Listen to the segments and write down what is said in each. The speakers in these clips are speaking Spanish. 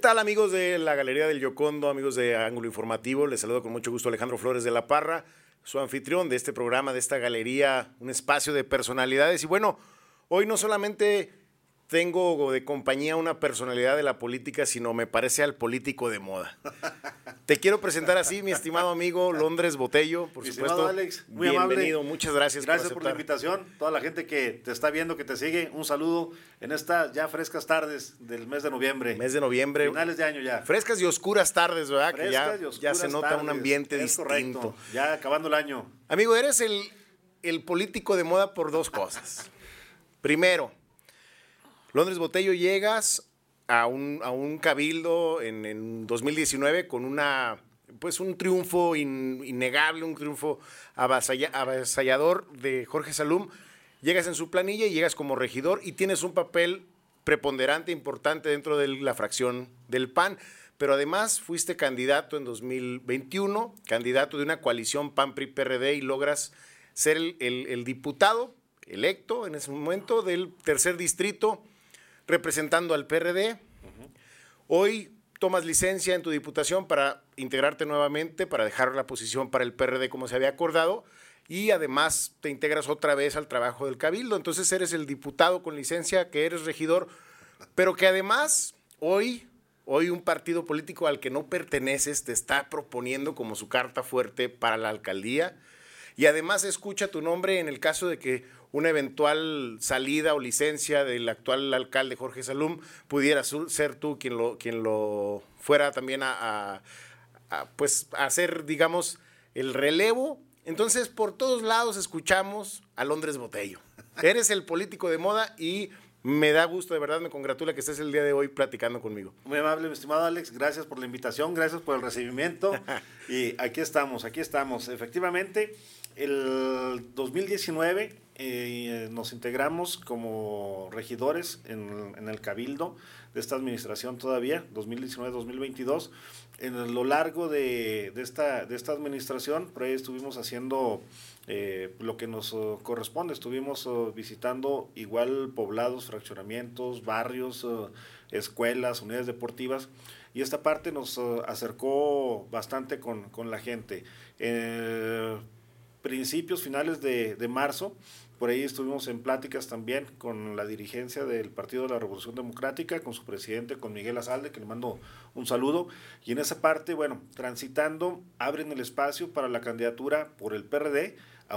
tal, amigos de la Galería del Giocondo, amigos de Ángulo Informativo? Les saludo con mucho gusto Alejandro Flores de la Parra, su anfitrión de este programa, de esta galería, un espacio de personalidades. Y bueno, hoy no solamente tengo de compañía una personalidad de la política, sino me parece al político de moda. Te quiero presentar así, mi estimado amigo Londres Botello, por mi supuesto. Alex, muy bienvenido, amable. muchas gracias. Gracias por la invitación. Toda la gente que te está viendo, que te sigue, un saludo en estas ya frescas tardes del mes de noviembre. Mes de noviembre. Finales de año ya. Frescas y oscuras tardes, ¿verdad? Frescas Que ya se nota un ambiente distinto. Correcto. Ya acabando el año. Amigo, eres el político de moda por dos cosas. Primero, Londres Botello, llegas a un cabildo en 2019 con un triunfo innegable, un triunfo avasallador de Jorge Salum. Llegas en su planilla y llegas como regidor y tienes un papel preponderante, importante dentro de la fracción del PAN, pero además fuiste candidato en 2021, candidato de una coalición PAN-PRI-PRD y logras ser el diputado electo en ese momento del tercer distrito, representando al PRD. Hoy tomas licencia en tu diputación para integrarte nuevamente, para dejar la posición para el PRD como se había acordado, y además te integras otra vez al trabajo del Cabildo. Entonces eres el diputado con licencia, que eres regidor, pero que además hoy un partido político al que no perteneces te está proponiendo como su carta fuerte para la alcaldía, y además escucha tu nombre en el caso de que una eventual salida o licencia del actual alcalde Jorge Salum pudiera ser tú quien lo fuera también a hacer, digamos, el relevo. Entonces, por todos lados escuchamos a Londres Botello. Eres el político de moda y me da gusto, de verdad, me congratula que estés el día de hoy platicando conmigo. Muy amable, mi estimado Alex, gracias por la invitación, gracias por el recibimiento. Y aquí estamos. Efectivamente, el 2019 nos integramos como regidores en el Cabildo de esta administración todavía, 2019-2022. En lo largo de esta administración, por ahí estuvimos haciendo lo que nos corresponde. Estuvimos visitando igual poblados, fraccionamientos, barrios, escuelas, unidades deportivas, y esta parte nos acercó bastante con la gente. Principios, finales de marzo, por ahí estuvimos en pláticas también con la dirigencia del Partido de la Revolución Democrática, con su presidente, con Miguel Azalde, que le mando un saludo, y en esa parte, bueno, transitando, abren el espacio para la candidatura por el PRD a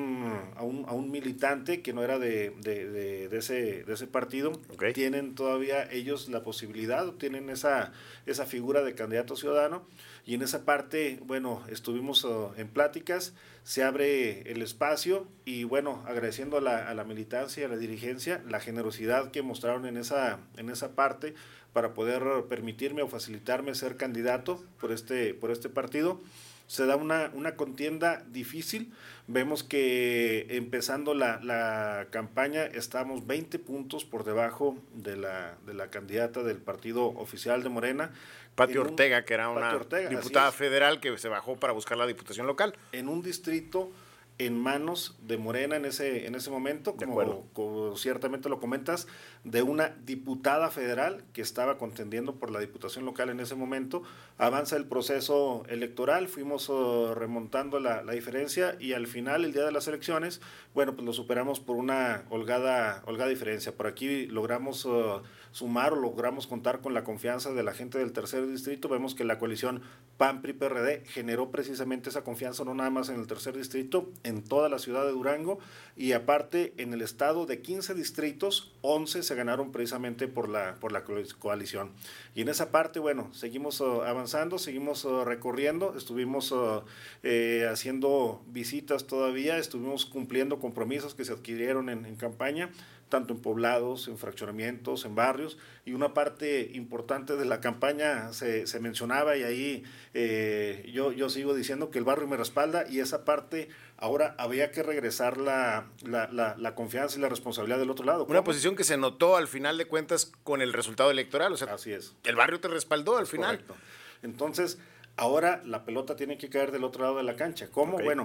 un militante que no era de ese partido. Okay. Tienen todavía ellos la posibilidad, tienen esa figura de candidato ciudadano, y en esa parte, bueno, estuvimos en pláticas, se abre el espacio y bueno, agradeciendo a la militancia y a la dirigencia la generosidad que mostraron en esa parte para poder permitirme o facilitarme ser candidato por este partido. Se da una contienda difícil. Vemos que empezando la campaña estamos 20 puntos por debajo de la candidata del partido oficial de Morena. Pati Ortega, que era una diputada federal que se bajó para buscar la diputación local. En un distrito en manos de Morena en ese momento, como ciertamente lo comentas, de una diputada federal que estaba contendiendo por la diputación local en ese momento. Avanza el proceso electoral, fuimos remontando la diferencia, y al final, el día de las elecciones, bueno, pues lo superamos por una holgada diferencia. Por aquí logramos sumar, o logramos contar con la confianza de la gente del tercer distrito. Vemos que la coalición PAN-PRI-PRD generó precisamente esa confianza, no nada más en el tercer distrito, en toda la ciudad de Durango, y aparte en el estado de 15 distritos, 11 se ganaron precisamente por la coalición. Y en esa parte, bueno, seguimos avanzando, seguimos recorriendo, estuvimos haciendo visitas todavía, estuvimos cumpliendo compromisos que se adquirieron en campaña, tanto en poblados, en fraccionamientos, en barrios, y una parte importante de la campaña se mencionaba, y ahí yo sigo diciendo que el barrio me respalda, y esa parte ahora había que regresar la confianza y la responsabilidad del otro lado. Una posición que se notó al final de cuentas con el resultado electoral, o sea, así es. El barrio te respaldó al final. Correcto. Entonces, ahora la pelota tiene que caer del otro lado de la cancha. ¿Cómo? Okay. Bueno,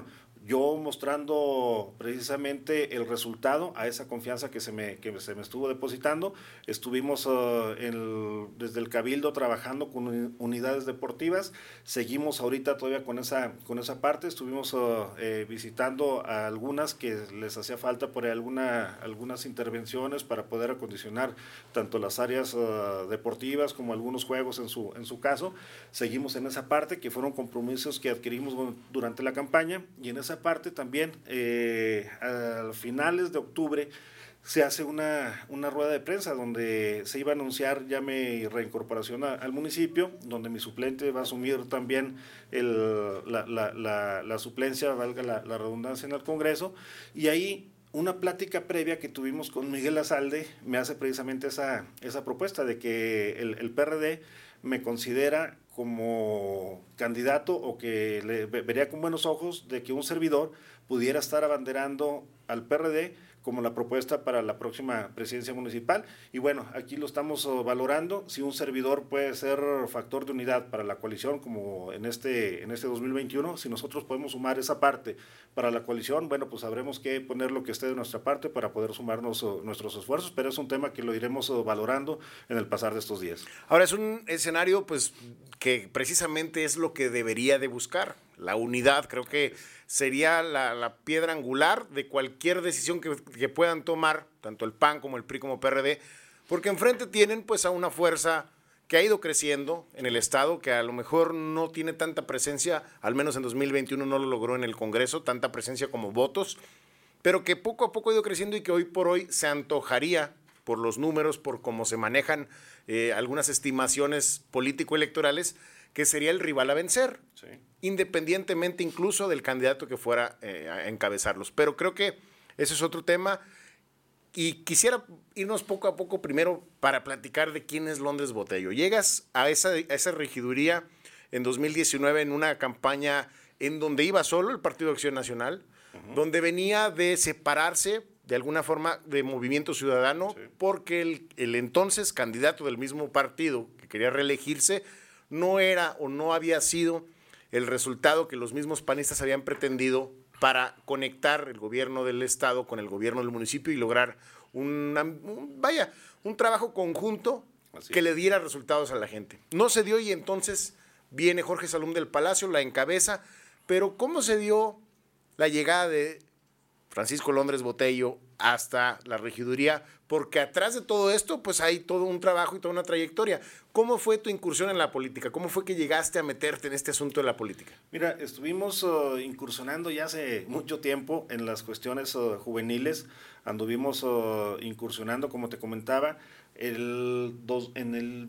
yo mostrando precisamente el resultado a esa confianza que se me estuvo depositando. Estuvimos desde el Cabildo trabajando con unidades deportivas, seguimos ahorita todavía con esa parte, estuvimos visitando a algunas que les hacía falta por ahí algunas intervenciones para poder acondicionar tanto las áreas deportivas como algunos juegos en su caso. Seguimos en esa parte, que fueron compromisos que adquirimos durante la campaña, y en esa parte también a finales de octubre se hace una rueda de prensa donde se iba a anunciar ya mi reincorporación al municipio, donde mi suplente va a asumir también la suplencia, valga la redundancia, en el Congreso, y ahí una plática previa que tuvimos con Miguel Azalde me hace precisamente esa propuesta de que el PRD me considera como candidato, o que le vería con buenos ojos de que un servidor pudiera estar abanderando al PRD como la propuesta para la próxima presidencia municipal. Y bueno, aquí lo estamos valorando, si un servidor puede ser factor de unidad para la coalición, como en este 2021, si nosotros podemos sumar esa parte para la coalición, bueno, pues sabremos que poner lo que esté de nuestra parte para poder sumarnos nuestros esfuerzos, pero es un tema que lo iremos valorando en el pasar de estos días. Ahora, es un escenario pues que precisamente es lo que debería de buscar, la unidad. Creo que sería la piedra angular de cualquier decisión que puedan tomar, tanto el PAN como el PRI como PRD, porque enfrente tienen pues a una fuerza que ha ido creciendo en el Estado, que a lo mejor no tiene tanta presencia, al menos en 2021 no lo logró en el Congreso, tanta presencia como votos, pero que poco a poco ha ido creciendo y que hoy por hoy se antojaría, por los números, por cómo se manejan algunas estimaciones político-electorales, que sería el rival a vencer, sí, independientemente incluso del candidato que fuera a encabezarlos. Pero creo que ese es otro tema, y quisiera irnos poco a poco primero para platicar de quién es Londres Botello. Llegas a esa regiduría en 2019 en una campaña en donde iba solo el Partido Acción Nacional, donde venía de separarse de alguna forma de Movimiento Ciudadano, sí, porque el entonces candidato del mismo partido que quería reelegirse no era o no había sido el resultado que los mismos panistas habían pretendido para conectar el gobierno del Estado con el gobierno del municipio y lograr un trabajo conjunto que le diera resultados a la gente. No se dio, y entonces viene Jorge Salum del Palacio, la encabeza, pero ¿cómo se dio la llegada de Francisco Londres Botello hasta la regiduría? Porque atrás de todo esto, pues hay todo un trabajo y toda una trayectoria. ¿Cómo fue tu incursión en la política? ¿Cómo fue que llegaste a meterte en este asunto de la política? Mira, estuvimos incursionando ya hace mucho tiempo en las cuestiones juveniles. Anduvimos incursionando, como te comentaba, en el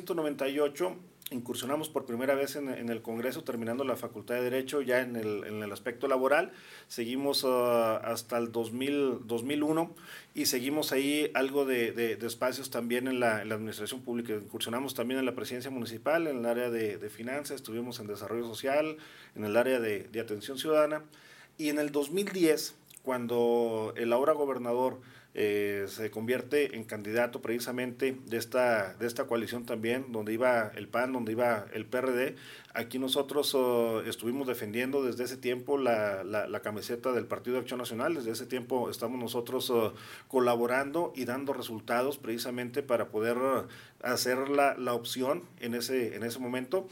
1998 incursionamos por primera vez en el Congreso, terminando la Facultad de Derecho ya en el aspecto laboral. Seguimos hasta el 2001 y seguimos ahí algo de espacios también en la administración pública. Incursionamos también en la presidencia municipal, en el área de finanzas, estuvimos en desarrollo social, en el área de atención ciudadana. Y en el 2010, cuando el ahora gobernador se convierte en candidato precisamente de esta coalición también, donde iba el PAN, donde iba el PRD, aquí nosotros estuvimos defendiendo desde ese tiempo la camiseta del Partido de Acción Nacional. Desde ese tiempo estamos nosotros colaborando y dando resultados precisamente para poder hacer la opción en ese momento.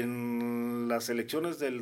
En las elecciones del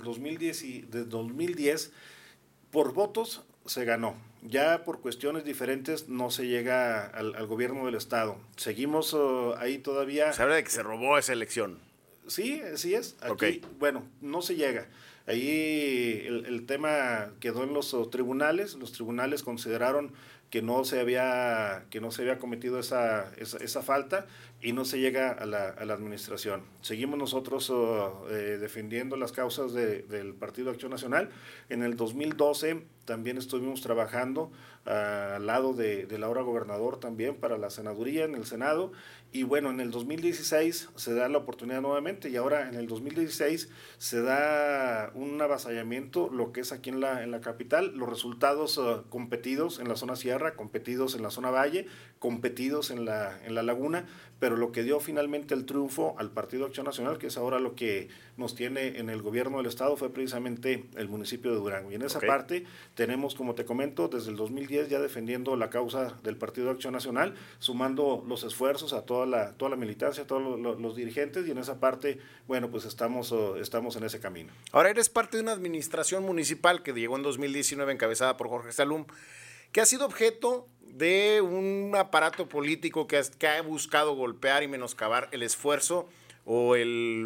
2010 por votos se ganó. Ya por cuestiones diferentes no se llega al gobierno del Estado. Seguimos ahí todavía. Se habla de que se robó esa elección. Sí, sí es. Aquí, okay. Bueno, no se llega. Ahí el tema quedó en los tribunales. Los tribunales consideraron que no se había cometido esa falta y no se llega a la administración. Seguimos nosotros defendiendo las causas del Partido Acción Nacional. En el 2012 también estuvimos trabajando al lado del ahora gobernador también para la senaduría en el Senado. Y bueno, en el 2016 se da la oportunidad nuevamente, y ahora en el 2016 se da un avasallamiento, lo que es aquí en la capital, los resultados competidos en la zona sierra, competidos en la zona valle, competidos en la laguna, pero pero lo que dio finalmente el triunfo al Partido Acción Nacional, que es ahora lo que nos tiene en el gobierno del estado, fue precisamente el municipio de Durango. Y en esa parte tenemos, como te comento, desde el 2010 ya defendiendo la causa del Partido Acción Nacional, sumando los esfuerzos a toda la militancia, a todos los dirigentes, y en esa parte, bueno, pues estamos en ese camino. Ahora eres parte de una administración municipal que llegó en 2019 encabezada por Jorge Salum, que ha sido objeto de un aparato político que ha buscado golpear y menoscabar el esfuerzo o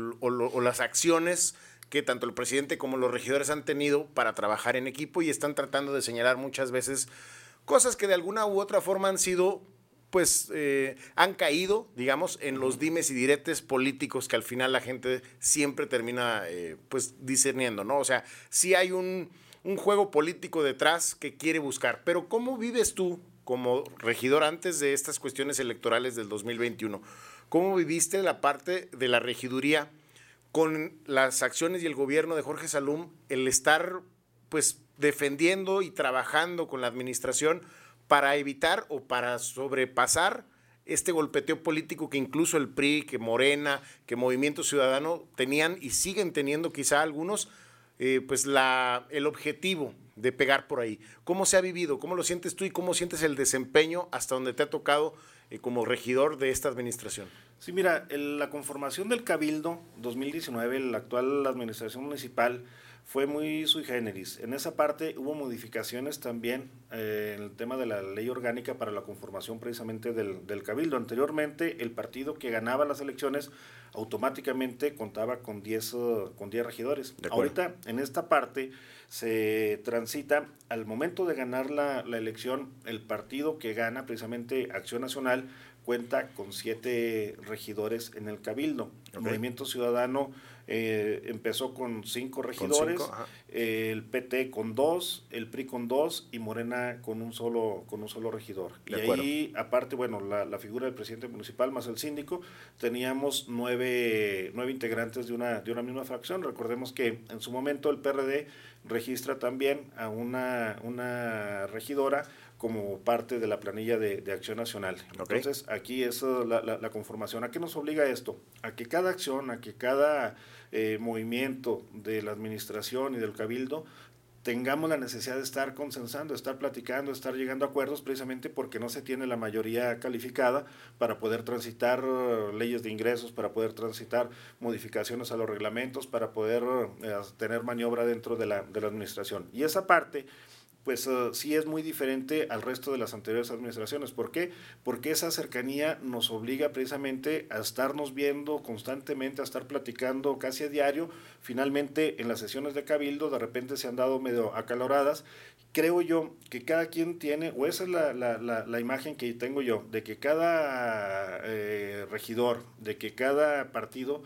las acciones que tanto el presidente como los regidores han tenido para trabajar en equipo, y están tratando de señalar muchas veces cosas que de alguna u otra forma han sido, pues, han caído, digamos, en los dimes y diretes políticos que al final la gente siempre termina, pues, discerniendo, ¿no? O sea, sí hay un juego político detrás que quiere buscar. Pero ¿cómo vives tú como regidor antes de estas cuestiones electorales del 2021? ¿Cómo viviste la parte de la regiduría con las acciones y el gobierno de Jorge Salum, el estar, pues, defendiendo y trabajando con la administración para evitar o para sobrepasar este golpeteo político que incluso el PRI, que Morena, que Movimiento Ciudadano tenían y siguen teniendo quizá algunos, pues el objetivo de pegar por ahí? ¿Cómo se ha vivido? ¿Cómo lo sientes tú y cómo sientes el desempeño hasta donde te ha tocado como regidor de esta administración? Sí, mira, la conformación del Cabildo 2019, la actual administración municipal, fue muy sui generis. En esa parte hubo modificaciones también en el tema de la ley orgánica para la conformación precisamente del Cabildo. Anteriormente, el partido que ganaba las elecciones automáticamente contaba con 10 regidores. Ahorita, en esta parte, se transita, al momento de ganar la elección, el partido que gana, precisamente Acción Nacional, cuenta con 7 regidores en el Cabildo. El Movimiento Ciudadano empezó con 5 regidores, el PT con 2, el PRI con 2 y Morena con un solo regidor. Y ahí, aparte, bueno, la figura del presidente municipal más el síndico, teníamos 9 integrantes de una misma fracción. Recordemos que en su momento el PRD registra también a una regidora como parte de la planilla de Acción Nacional. Entonces, aquí es la conformación. ¿A qué nos obliga esto? A que cada acción, a que cada movimiento de la administración y del Cabildo tengamos la necesidad de estar consensando, estar platicando, estar llegando a acuerdos, precisamente porque no se tiene la mayoría calificada para poder transitar leyes de ingresos, para poder transitar modificaciones a los reglamentos, para poder tener maniobra dentro de la administración. Y esa parte, pues sí es muy diferente al resto de las anteriores administraciones. ¿Por qué? Porque esa cercanía nos obliga precisamente a estarnos viendo constantemente, a estar platicando casi a diario. Finalmente, en las sesiones de Cabildo, de repente se han dado medio acaloradas. Creo yo que cada quien tiene, o esa es la imagen que tengo yo, de que cada regidor, de que cada partido,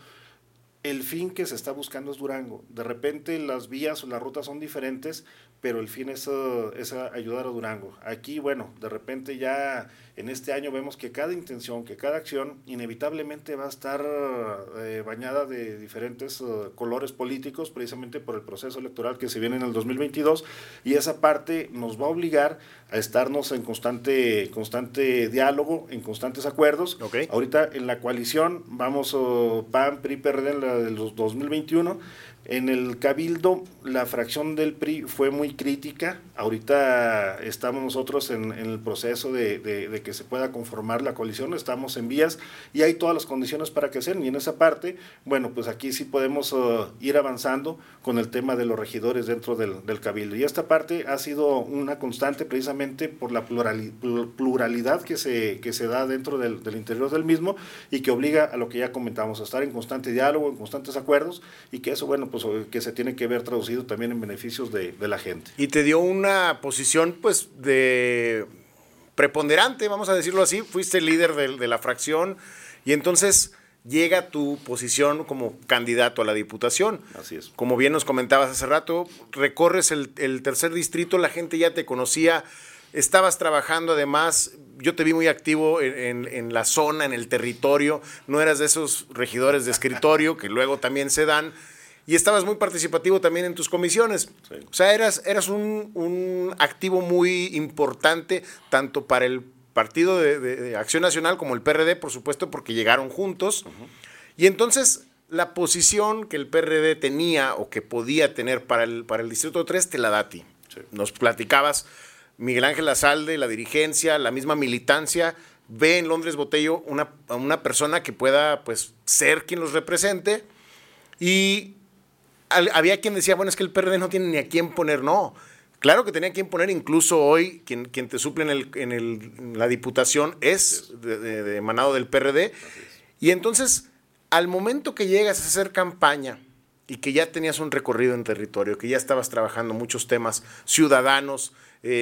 el fin que se está buscando es Durango. De repente las vías o las rutas son diferentes, pero el fin es ayudar a Durango. Aquí, bueno, de repente ya en este año vemos que cada intención, que cada acción inevitablemente va a estar bañada de diferentes colores políticos, precisamente por el proceso electoral que se viene en el 2022, y esa parte nos va a obligar a estarnos en constante diálogo, en constantes acuerdos. Ahorita en la coalición vamos PAN, PRI, PRD en la del 2021. En el Cabildo, la fracción del PRI fue muy crítica. Ahorita estamos nosotros en el proceso de que se pueda conformar la coalición, estamos en vías y hay todas las condiciones para que sean. Y en esa parte, bueno, pues aquí sí podemos ir avanzando con el tema de los regidores dentro del Cabildo. Y esta parte ha sido una constante precisamente por la pluralidad que se da dentro del interior del mismo y que obliga a lo que ya comentamos, a estar en constante diálogo, en constantes acuerdos, y que eso, bueno, pues que se tiene que ver traducido también en beneficios de la gente. Y te dio una posición, pues, de preponderante, vamos a decirlo así, fuiste líder de la fracción, y entonces llega tu posición como candidato a la diputación. Así es. Como bien nos comentabas hace rato, recorres el tercer distrito, la gente ya te conocía, estabas trabajando además, yo te vi muy activo en la zona, en el territorio, no eras de esos regidores de escritorio que luego también se dan, y estabas muy participativo también en tus comisiones. Sí. O sea, eras un activo muy importante tanto para el Partido de Acción Nacional como el PRD, por supuesto, porque llegaron juntos. Y entonces la posición que el PRD tenía o que podía tener para el Distrito 3 te la da a ti. Sí. Nos platicabas, Miguel Ángel Azalde, la dirigencia, la misma militancia, ve en Londres Botello una persona que pueda pues ser quien los represente. Y había quien decía, bueno, es que el PRD no tiene ni a quién poner. No, claro que tenía a quién poner. Incluso hoy quien te suple en la diputación es de emanado del PRD. Y entonces, al momento que llegas a hacer campaña y que ya tenías un recorrido en territorio, que ya estabas trabajando muchos temas ciudadanos,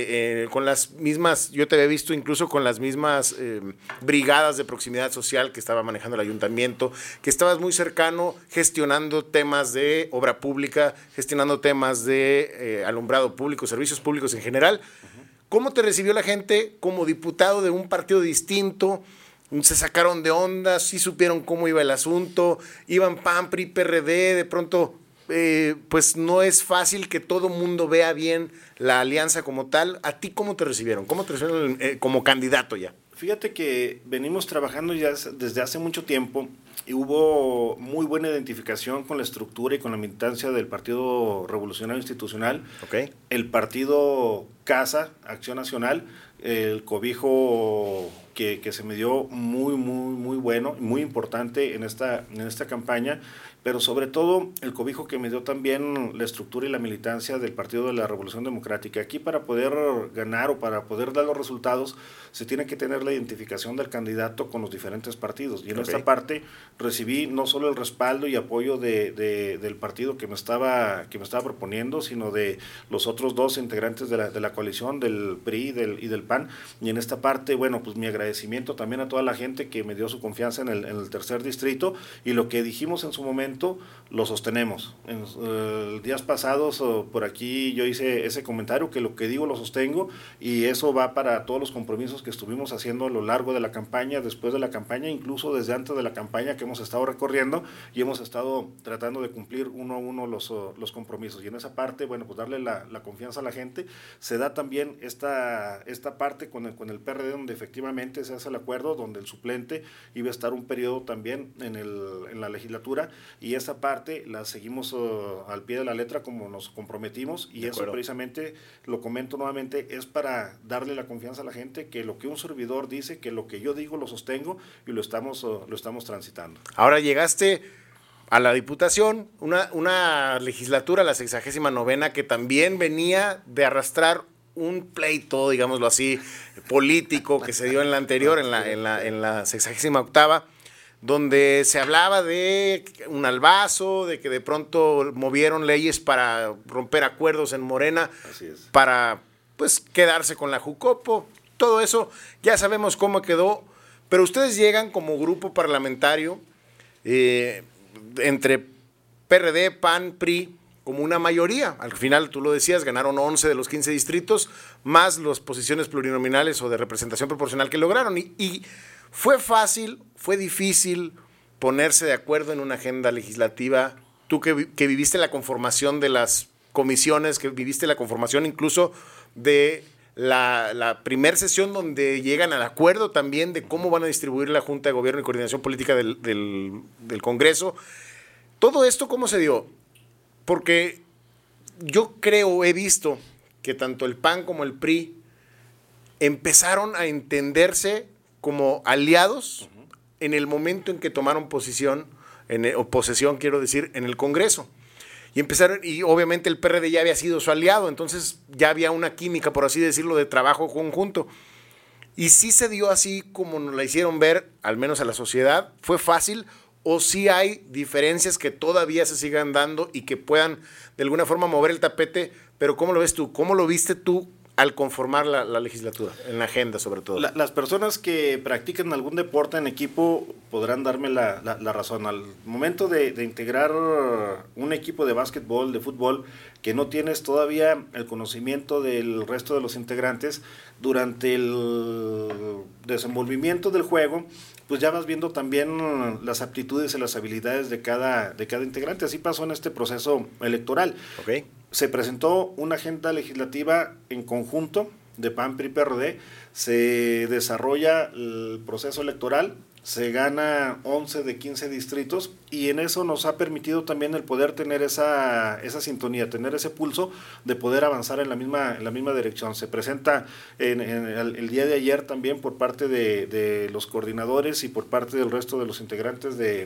con las mismas, yo te había visto incluso con las mismas brigadas de proximidad social que estaba manejando el ayuntamiento, que estabas muy cercano gestionando temas de obra pública, gestionando temas de alumbrado público, servicios públicos en general. ¿Cómo te recibió la gente como diputado de un partido distinto? ¿Se sacaron de onda? ¿Sí supieron cómo iba el asunto? ¿Iban PAN, PRI, PRD? De pronto, pues no es fácil que todo mundo vea bien la alianza como tal. ¿A ti cómo te recibieron? ¿Cómo te recibieron como candidato ya? Fíjate que venimos trabajando ya desde hace mucho tiempo y hubo muy buena identificación con la estructura y con la militancia del Partido Revolucionario Institucional, okay. El partido Casa, Acción Nacional, el cobijo que se me dio muy bueno, muy importante en esta campaña, pero sobre todo el cobijo que me dio también la estructura y la militancia del Partido de la Revolución Democrática. Aquí para poder ganar o para poder dar los resultados se tiene que tener la identificación del candidato con los diferentes partidos. Y en esta parte recibí no solo el respaldo y apoyo del partido que me estaba proponiendo, sino de los otros dos integrantes de la coalición, del PRI y del PAN. Y en esta parte, bueno, pues mi agradecimiento también a toda la gente que me dio su confianza en el tercer distrito, y lo que dijimos en su momento lo sostenemos. En días pasados por aquí yo hice ese comentario, que lo que digo lo sostengo, y eso va para todos los compromisos que estuvimos haciendo a lo largo de la campaña, después de la campaña, incluso desde antes de la campaña, que hemos estado recorriendo y hemos estado tratando de cumplir uno a uno los compromisos. Y en esa parte, bueno, pues darle la confianza a la gente. Se da también esta parte con el PRD, donde efectivamente se hace el acuerdo, donde el suplente iba a estar un periodo también en la legislatura, y esa parte la seguimos al pie de la letra como nos comprometimos, y eso precisamente, lo comento nuevamente, es para darle la confianza a la gente que lo que un servidor dice, que lo que yo digo lo sostengo, y lo estamos transitando. Ahora llegaste a la Diputación, una legislatura, la 69ª, que también venía de arrastrar un pleito, digámoslo así, político que se dio en la anterior, en la 68ª, donde se hablaba de un albazo, de que de pronto movieron leyes para romper acuerdos en Morena, para pues quedarse con la Jucopo. Todo eso ya sabemos cómo quedó, pero ustedes llegan como grupo parlamentario entre PRD, PAN, PRI, como una mayoría. Al final, tú lo decías, ganaron 11 de los 15 distritos, más las posiciones plurinominales o de representación proporcional que lograron. Y fue fácil, fue difícil ponerse de acuerdo en una agenda legislativa. Tú que viviste la conformación de las comisiones, que viviste la conformación incluso de la primer sesión, donde llegan al acuerdo también de cómo van a distribuir la Junta de Gobierno y Coordinación Política del Congreso. Todo esto, ¿cómo se dio? Porque yo creo, he visto que tanto el PAN como el PRI empezaron a entenderse como aliados en el momento en que tomaron posesión, quiero decir, en el Congreso. Y empezaron, y obviamente el PRD ya había sido su aliado, entonces ya había una química, por así decirlo, de trabajo conjunto. Y sí se dio así como nos la hicieron ver, al menos a la sociedad. ¿Fue fácil o sí hay diferencias que todavía se sigan dando y que puedan de alguna forma mover el tapete? Pero ¿cómo lo ves tú? ¿Cómo lo viste tú al conformar la legislatura, en la agenda sobre todo? Las personas que practican algún deporte en equipo podrán darme la razón. Al momento de integrar un equipo de básquetbol, de fútbol, que no tienes todavía el conocimiento del resto de los integrantes, durante el desenvolvimiento del juego, pues ya vas viendo también las aptitudes y las habilidades de cada integrante. Así pasó en este proceso electoral. Okay. Se presentó una agenda legislativa en conjunto, de PAN, PRI, PRD, se desarrolla el proceso electoral, se gana 11 de 15 distritos y en eso nos ha permitido también el poder tener esa sintonía, tener ese pulso de poder avanzar en la misma dirección. Se presenta el día de ayer también por parte de los coordinadores y por parte del resto de los integrantes de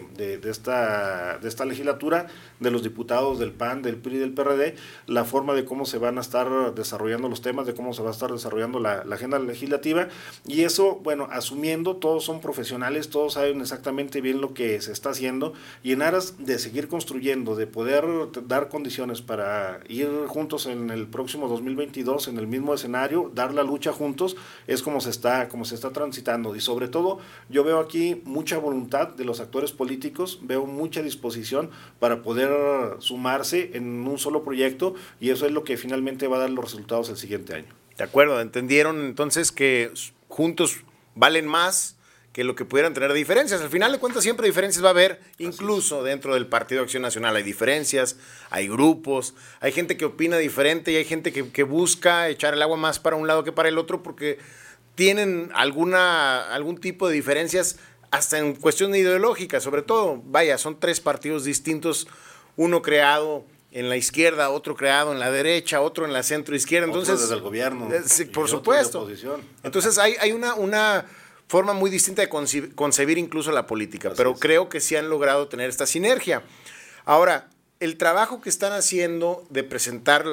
esta legislatura, de los diputados del PAN, del PRI y del PRD, la forma de cómo se van a estar desarrollando los temas, de cómo se va a estar desarrollando la agenda legislativa, y eso, bueno, asumiendo, todos son profesionales, todos saben exactamente bien lo que se está haciendo, y en aras de seguir construyendo, de poder dar condiciones para ir juntos en el próximo 2022 en el mismo escenario, dar la lucha juntos, es como se está transitando. Y sobre todo yo veo aquí mucha voluntad de los actores políticos, veo mucha disposición para poder sumarse en un solo proyecto, y eso es lo que finalmente va a dar los resultados el siguiente año. De acuerdo, entendieron entonces que juntos valen más que lo que pudieran tener diferencias. Al final de cuentas siempre diferencias va a haber, incluso dentro del Partido Acción Nacional hay diferencias, hay grupos, hay gente que opina diferente y hay gente que busca echar el agua más para un lado que para el otro porque tienen algún tipo de diferencias hasta en cuestión ideológica, sobre todo. Vaya, son tres partidos distintos, uno creado en la izquierda, otro creado en la derecha, otro en la centro izquierda. Entonces, desde el gobierno. Sí, por supuesto. Entonces hay una forma muy distinta de concebir incluso la política, pero creo que sí han logrado tener esta sinergia. Ahora, el trabajo que están haciendo de presentar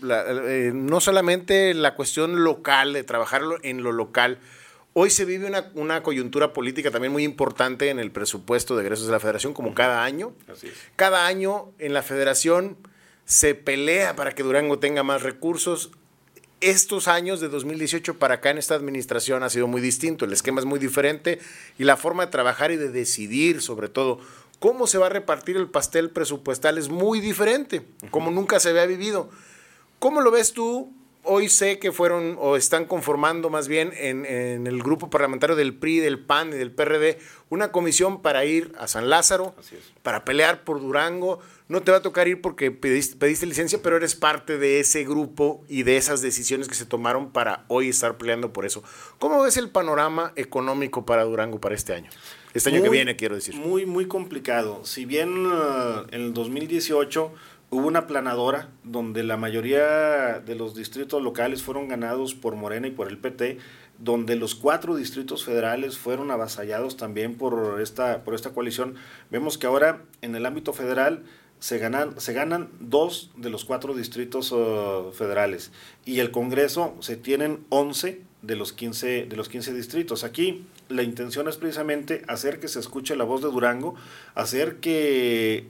no solamente la cuestión local, de trabajarlo en lo local, hoy se vive una coyuntura política también muy importante en el presupuesto de egresos de la Federación, como cada año. Así es. Cada año en la Federación se pelea para que Durango tenga más recursos. Estos años de 2018 para acá en esta administración ha sido muy distinto, el esquema es muy diferente y la forma de trabajar y de decidir, sobre todo, cómo se va a repartir el pastel presupuestal es muy diferente, como nunca se había vivido. ¿Cómo lo ves tú? Hoy sé que fueron o están conformando más bien en el grupo parlamentario del PRI, del PAN y del PRD una comisión para ir a San Lázaro, para pelear por Durango. No te va a tocar ir porque pediste licencia, pero eres parte de ese grupo y de esas decisiones que se tomaron para hoy estar peleando por eso. ¿Cómo ves el panorama económico para Durango para este año? Este año que viene, quiero decir. Muy, muy complicado. Si bien en el 2018 hubo una aplanadora donde la mayoría de los distritos locales fueron ganados por Morena y por el PT, donde los 4 distritos federales fueron avasallados también por esta coalición. Vemos que ahora en el ámbito federal se ganan 2 de los 4 distritos federales, y el Congreso se tienen 11 de los 15 distritos. Aquí la intención es precisamente hacer que se escuche la voz de Durango, hacer que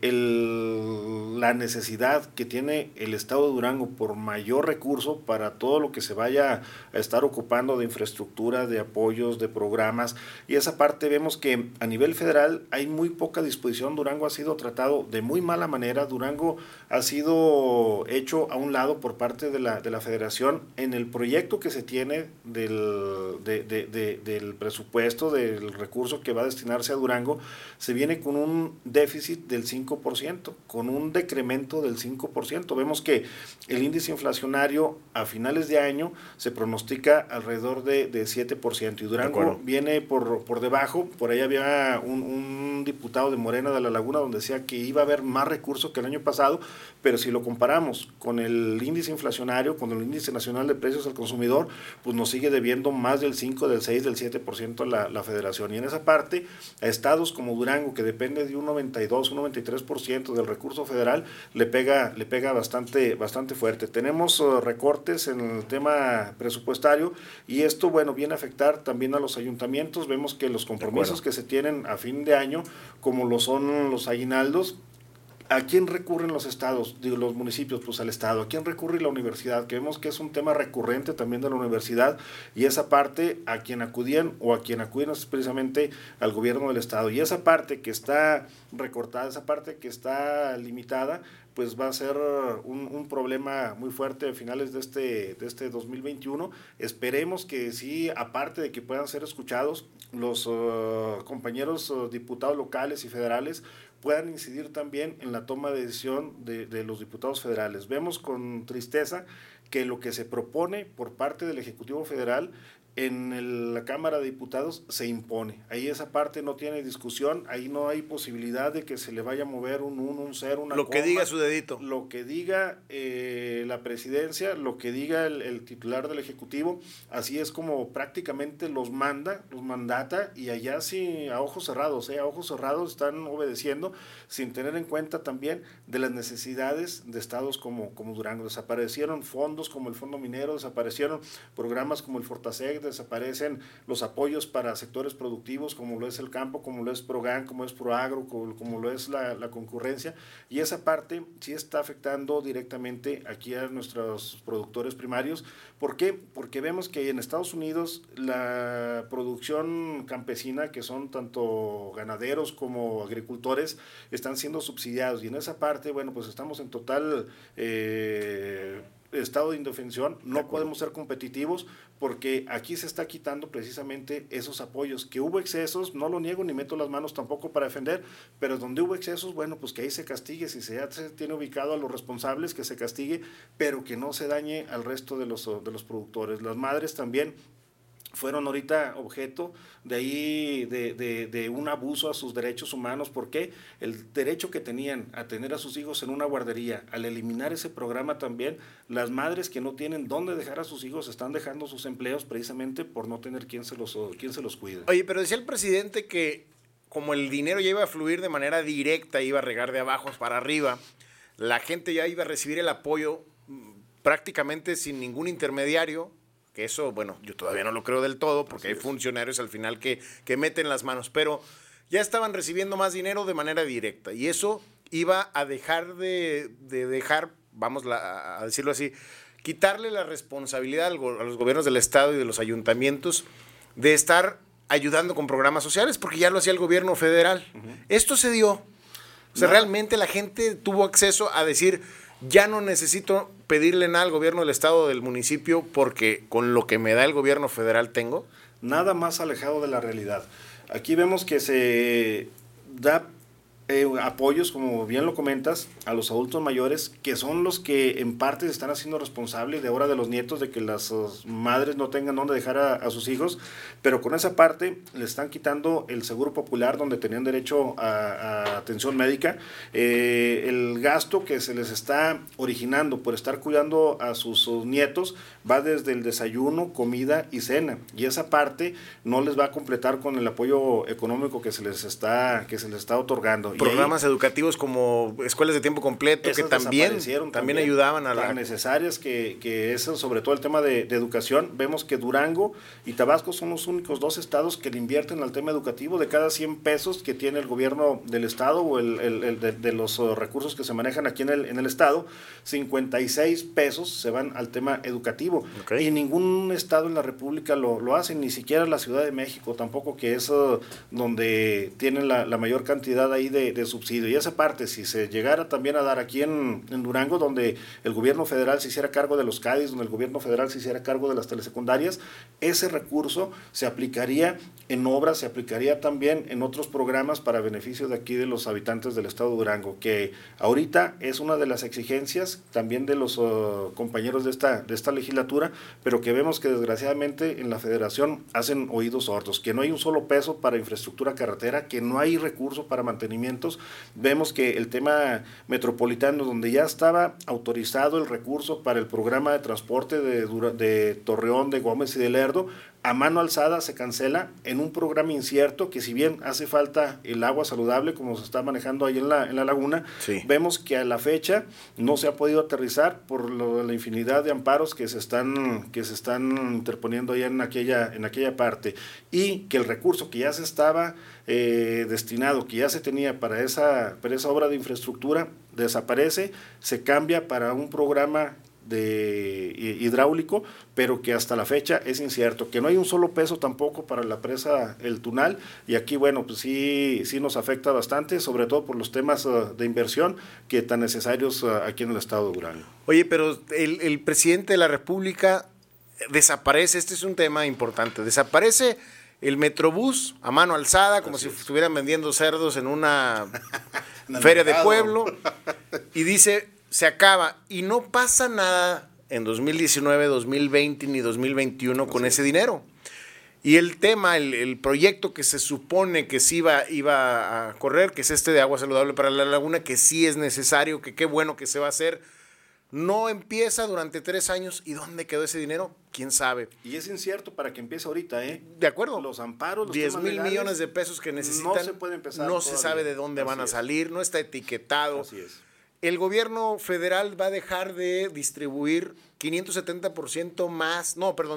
la necesidad que tiene el estado de Durango por mayor recurso para todo lo que se vaya a estar ocupando de infraestructura, de apoyos, de programas, y esa parte vemos que a nivel federal hay muy poca disposición. Durango ha sido tratado de muy mala manera, Durango ha sido hecho a un lado por parte de la federación en el proyecto que se tiene del presupuesto, del recurso que va a destinarse a Durango. Se viene con un déficit del 5%, con un decremento del 5%. Vemos que el índice inflacionario a finales de año se pronostica alrededor de 7%, y Durango viene por debajo. Por ahí había un diputado de Morena de La Laguna donde decía que iba a haber más recursos que el año pasado, pero si lo comparamos con el índice inflacionario, con el índice nacional de precios al consumidor, pues nos sigue debiendo más del 5, del 6, del 7% la federación. Y en esa parte, a estados como Durango, que depende de un 92, un 93% del recurso federal, le pega bastante fuerte. Tenemos recortes en el tema presupuestario, y esto, bueno, viene a afectar también a los ayuntamientos. Vemos que los compromisos que se tienen a fin de año, como lo son los aguinaldos, ¿a quién recurren los estados, los municipios? Pues al estado. ¿A quién recurre la universidad? Que vemos que es un tema recurrente también de la universidad, y esa parte a quien acuden es precisamente al gobierno del estado. Y esa parte que está recortada, esa parte que está limitada, pues va a ser un problema muy fuerte a finales de este 2021. Esperemos que sí, aparte de que puedan ser escuchados, los compañeros diputados locales y federales puedan incidir también en la toma de decisión de los diputados federales. Vemos con tristeza que lo que se propone por parte del Ejecutivo Federal en la Cámara de Diputados se impone. Ahí esa parte no tiene discusión, ahí no hay posibilidad de que se le vaya a mover un 1, un 0, una lo coma. Que diga su dedito. Lo que diga la presidencia, lo que diga el titular del Ejecutivo, así es como prácticamente los mandata, y allá sí a ojos cerrados están obedeciendo, sin tener en cuenta también de las necesidades de estados como Durango. Desaparecieron fondos como el Fondo Minero, desaparecieron programas como el Fortaseg, desaparecen los apoyos para sectores productivos como lo es el campo, como lo es Progan, como es Proagro, como lo es la concurrencia, y esa parte sí está afectando directamente aquí a nuestros productores primarios. ¿Por qué? Porque vemos que en Estados Unidos la producción campesina, que son tanto ganaderos como agricultores, están siendo subsidiados, y en esa parte, bueno, pues estamos en total estado de indefensión, no podemos ser competitivos porque aquí se está quitando precisamente esos apoyos. Que hubo excesos, no lo niego ni meto las manos tampoco para defender, pero donde hubo excesos, bueno, pues que ahí se castigue, si se tiene ubicado a los responsables, que se castigue, pero que no se dañe al resto de los productores. Las madres también fueron ahorita objeto de ahí de un abuso a sus derechos humanos, porque el derecho que tenían a tener a sus hijos en una guardería, al eliminar ese programa también, las madres que no tienen dónde dejar a sus hijos están dejando sus empleos precisamente por no tener quien se los cuide. Oye, pero decía el presidente que como el dinero ya iba a fluir de manera directa, iba a regar de abajo para arriba, la gente ya iba a recibir el apoyo prácticamente sin ningún intermediario. Que eso, bueno, yo todavía no lo creo del todo, porque hay funcionarios al final que meten las manos, pero ya estaban recibiendo más dinero de manera directa, y eso iba a dejar de dejar, vamos a decirlo así, quitarle la responsabilidad a los gobiernos del estado y de los ayuntamientos de estar ayudando con programas sociales, porque ya lo hacía el gobierno federal. Esto se dio. O sea, realmente la gente tuvo acceso a decir, ya no necesito pedirle nada al gobierno del estado o del municipio porque con lo que me da el gobierno federal tengo. Nada más alejado de la realidad. Aquí vemos que se da apoyos, como bien lo comentas, a los adultos mayores, que son los que en parte se están haciendo responsables de ahora de los nietos, de que las madres no tengan dónde dejar a sus hijos, pero con esa parte le están quitando el seguro popular donde tenían derecho a atención médica, el gasto que se les está originando por estar cuidando a sus nietos va desde el desayuno, comida y cena, y esa parte no les va a completar con el apoyo económico que se les está otorgando. Programas educativos como escuelas de tiempo completo que también ayudaban a tan necesarias que eso, sobre todo el tema de educación. Vemos que Durango y Tabasco son los únicos dos estados que le invierten al tema educativo. De cada 100 pesos que tiene el gobierno del estado o de los recursos que se manejan aquí en el estado, 56 pesos se van al tema educativo. Okay. Y ningún estado en la República lo hace, ni siquiera la Ciudad de México tampoco, que es donde tienen la mayor cantidad ahí de subsidio. Y esa parte, si se llegara también a dar aquí en Durango, donde el gobierno federal se hiciera cargo de los CADIs, donde el gobierno federal se hiciera cargo de las telesecundarias, ese recurso se aplicaría en obras, se aplicaría también en otros programas para beneficio de aquí de los habitantes del estado de Durango, que ahorita es una de las exigencias también de los compañeros de esta legislatura, pero que vemos que desgraciadamente en la federación hacen oídos sordos, que no hay un solo peso para infraestructura carretera, que no hay recursos para mantenimientos. Vemos que el tema metropolitano, donde ya estaba autorizado el recurso para el programa de transporte de Torreón, de Gómez y de Lerdo, a mano alzada se cancela en un programa incierto, que si bien hace falta el agua saludable como se está manejando ahí en la laguna, sí, vemos que a la fecha no se ha podido aterrizar por la infinidad de amparos que se están interponiendo allá en aquella parte, y que el recurso que ya se estaba destinado, que ya se tenía para esa obra de infraestructura, desaparece, se cambia para un programa de hidráulico, pero que hasta la fecha es incierto, que no hay un solo peso tampoco para la presa El Tunal, y aquí bueno, pues sí nos afecta bastante, sobre todo por los temas de inversión que tan necesarios aquí en el estado de Durango. Oye, pero el presidente de la República desaparece, este es un tema importante, desaparece el Metrobús a mano alzada, como si estuvieran vendiendo cerdos en una Feria de Pueblo, y dice, se acaba, y no pasa nada en 2019, 2020 ni 2021 con ese dinero. Y el tema, el proyecto que se supone que sí iba a correr, que es este de agua saludable para la laguna, que sí es necesario, que qué bueno que se va a hacer, no empieza durante 3 años. ¿Y dónde quedó ese dinero? ¿Quién sabe? Y es incierto para que empiece ahorita, ¿eh? De acuerdo. Los amparos, los 10,000 millones de pesos que necesitan. No se puede empezar. No se sabe de dónde van a salir, no está etiquetado. Así es. El gobierno federal va a dejar de distribuir 570% más,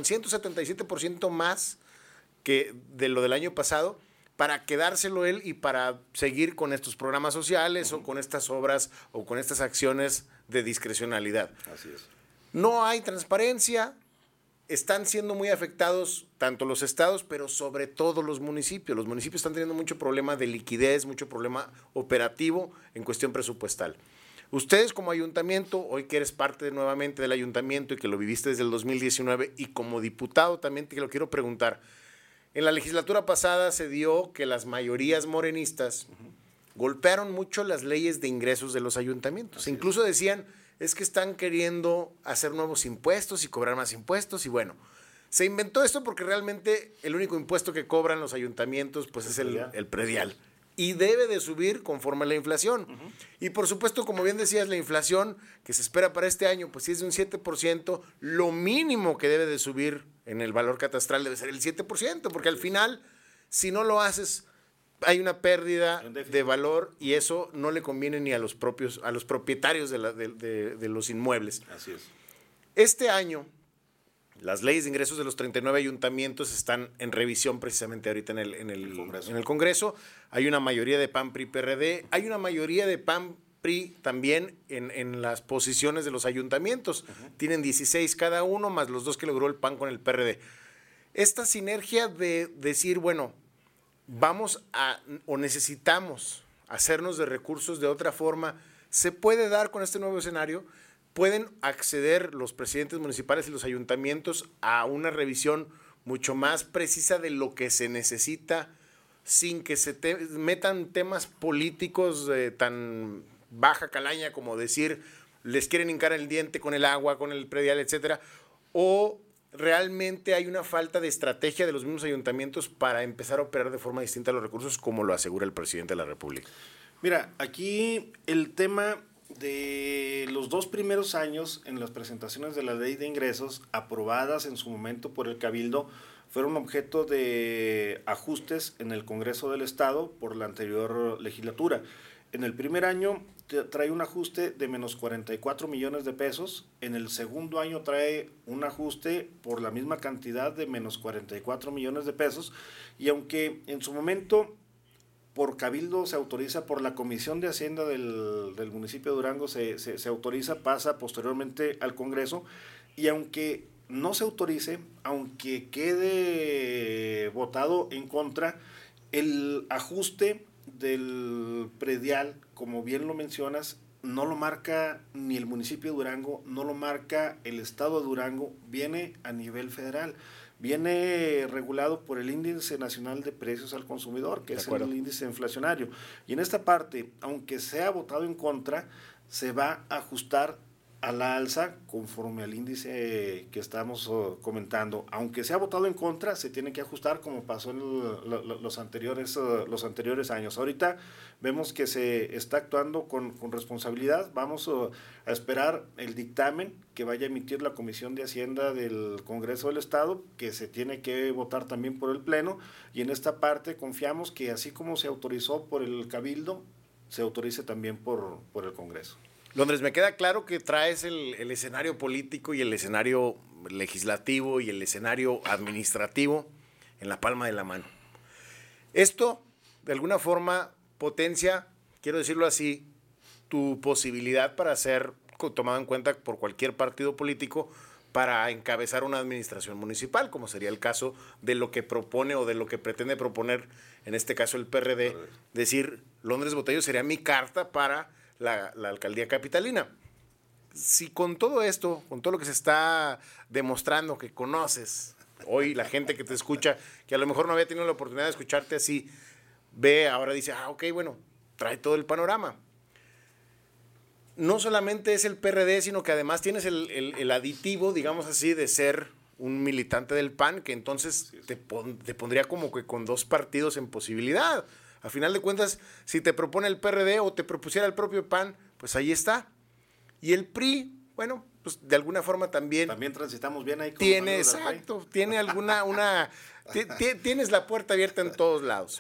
177% más que de lo del año pasado, para quedárselo él y para seguir con estos programas sociales o con estas obras o con estas acciones de discrecionalidad. Así es. No hay transparencia, están siendo muy afectados tanto los estados, pero sobre todo los municipios. Los municipios están teniendo mucho problema de liquidez, mucho problema operativo en cuestión presupuestal. Ustedes como ayuntamiento, hoy que eres parte nuevamente del ayuntamiento y que lo viviste desde el 2019, y como diputado también te lo quiero preguntar, en la legislatura pasada se dio que las mayorías morenistas golpearon mucho las leyes de ingresos de los ayuntamientos. Incluso decían, es que están queriendo hacer nuevos impuestos y cobrar más impuestos, y bueno, se inventó esto porque realmente el único impuesto que cobran los ayuntamientos pues es el predial. Y debe de subir conforme a la inflación. Y por supuesto, como bien decías, la inflación que se espera para este año, pues si es de un 7%, lo mínimo que debe de subir en el valor catastral debe ser el 7%, porque al final, si no lo haces, hay una pérdida de valor y eso no le conviene ni a los propietarios de los inmuebles. Así es. Este año, las leyes de ingresos de los 39 ayuntamientos están en revisión precisamente ahorita en el Congreso. Hay una mayoría de PAN, PRI, PRD. Hay una mayoría de PAN, PRI también en las posiciones de los ayuntamientos. Tienen 16 cada uno, más los 2 que logró el PAN con el PRD. Esta sinergia de decir, bueno, necesitamos hacernos de recursos de otra forma, ¿se puede dar con este nuevo escenario? ¿Pueden acceder los presidentes municipales y los ayuntamientos a una revisión mucho más precisa de lo que se necesita sin que se metan temas políticos de tan baja calaña como decir, les quieren hincar el diente con el agua, con el predial, etcétera? ¿O realmente hay una falta de estrategia de los mismos ayuntamientos para empezar a operar de forma distinta los recursos, como lo asegura el presidente de la República? Mira, aquí el tema de los 2 primeros años en las presentaciones de la ley de ingresos aprobadas en su momento por el Cabildo fueron objeto de ajustes en el Congreso del Estado por la anterior legislatura. En el primer año trae un ajuste de menos 44 millones de pesos, en el segundo año trae un ajuste por la misma cantidad de menos 44 millones de pesos, y aunque en su momento por Cabildo se autoriza, por la Comisión de Hacienda del municipio de Durango se autoriza, pasa posteriormente al Congreso, y aunque no se autorice, aunque quede votado en contra, el ajuste del predial, como bien lo mencionas, no lo marca ni el municipio de Durango, no lo marca el estado de Durango, viene a nivel federal. Viene regulado por el Índice Nacional de Precios al Consumidor, que es el índice inflacionario. Y en esta parte, aunque sea votado en contra, se va a ajustar a la alza conforme al índice que estamos comentando. Aunque sea votado en contra, se tiene que ajustar como pasó en los anteriores años. Ahorita vemos que se está actuando con responsabilidad. Vamos a esperar el dictamen que vaya a emitir la Comisión de Hacienda del Congreso del Estado, que se tiene que votar también por el Pleno, y en esta parte confiamos que así como se autorizó por el Cabildo, se autorice también por el Congreso. Londres, me queda claro que traes el escenario político y el escenario legislativo y el escenario administrativo en la palma de la mano. Esto, de alguna forma, potencia, quiero decirlo así, tu posibilidad para ser tomado en cuenta por cualquier partido político para encabezar una administración municipal, como sería el caso de lo que propone o de lo que pretende proponer, en este caso el PRD, decir, Londres Botello sería mi carta para la alcaldía capitalina. Si con todo esto, con todo lo que se está demostrando que conoces, hoy la gente que te escucha, que a lo mejor no había tenido la oportunidad de escucharte así, ve, ahora dice, ok, bueno, trae todo el panorama. no solamente es el PRD, sino que además tienes el aditivo, digamos así, de ser un militante del PAN, que entonces te pondría como que con dos partidos en posibilidad. A final de cuentas, si te propone el PRD o te propusiera el propio PAN, pues ahí está. Y el PRI, bueno, pues de alguna forma también... También transitamos bien ahí. Tiene, exacto, tiene tienes la puerta abierta en todos lados.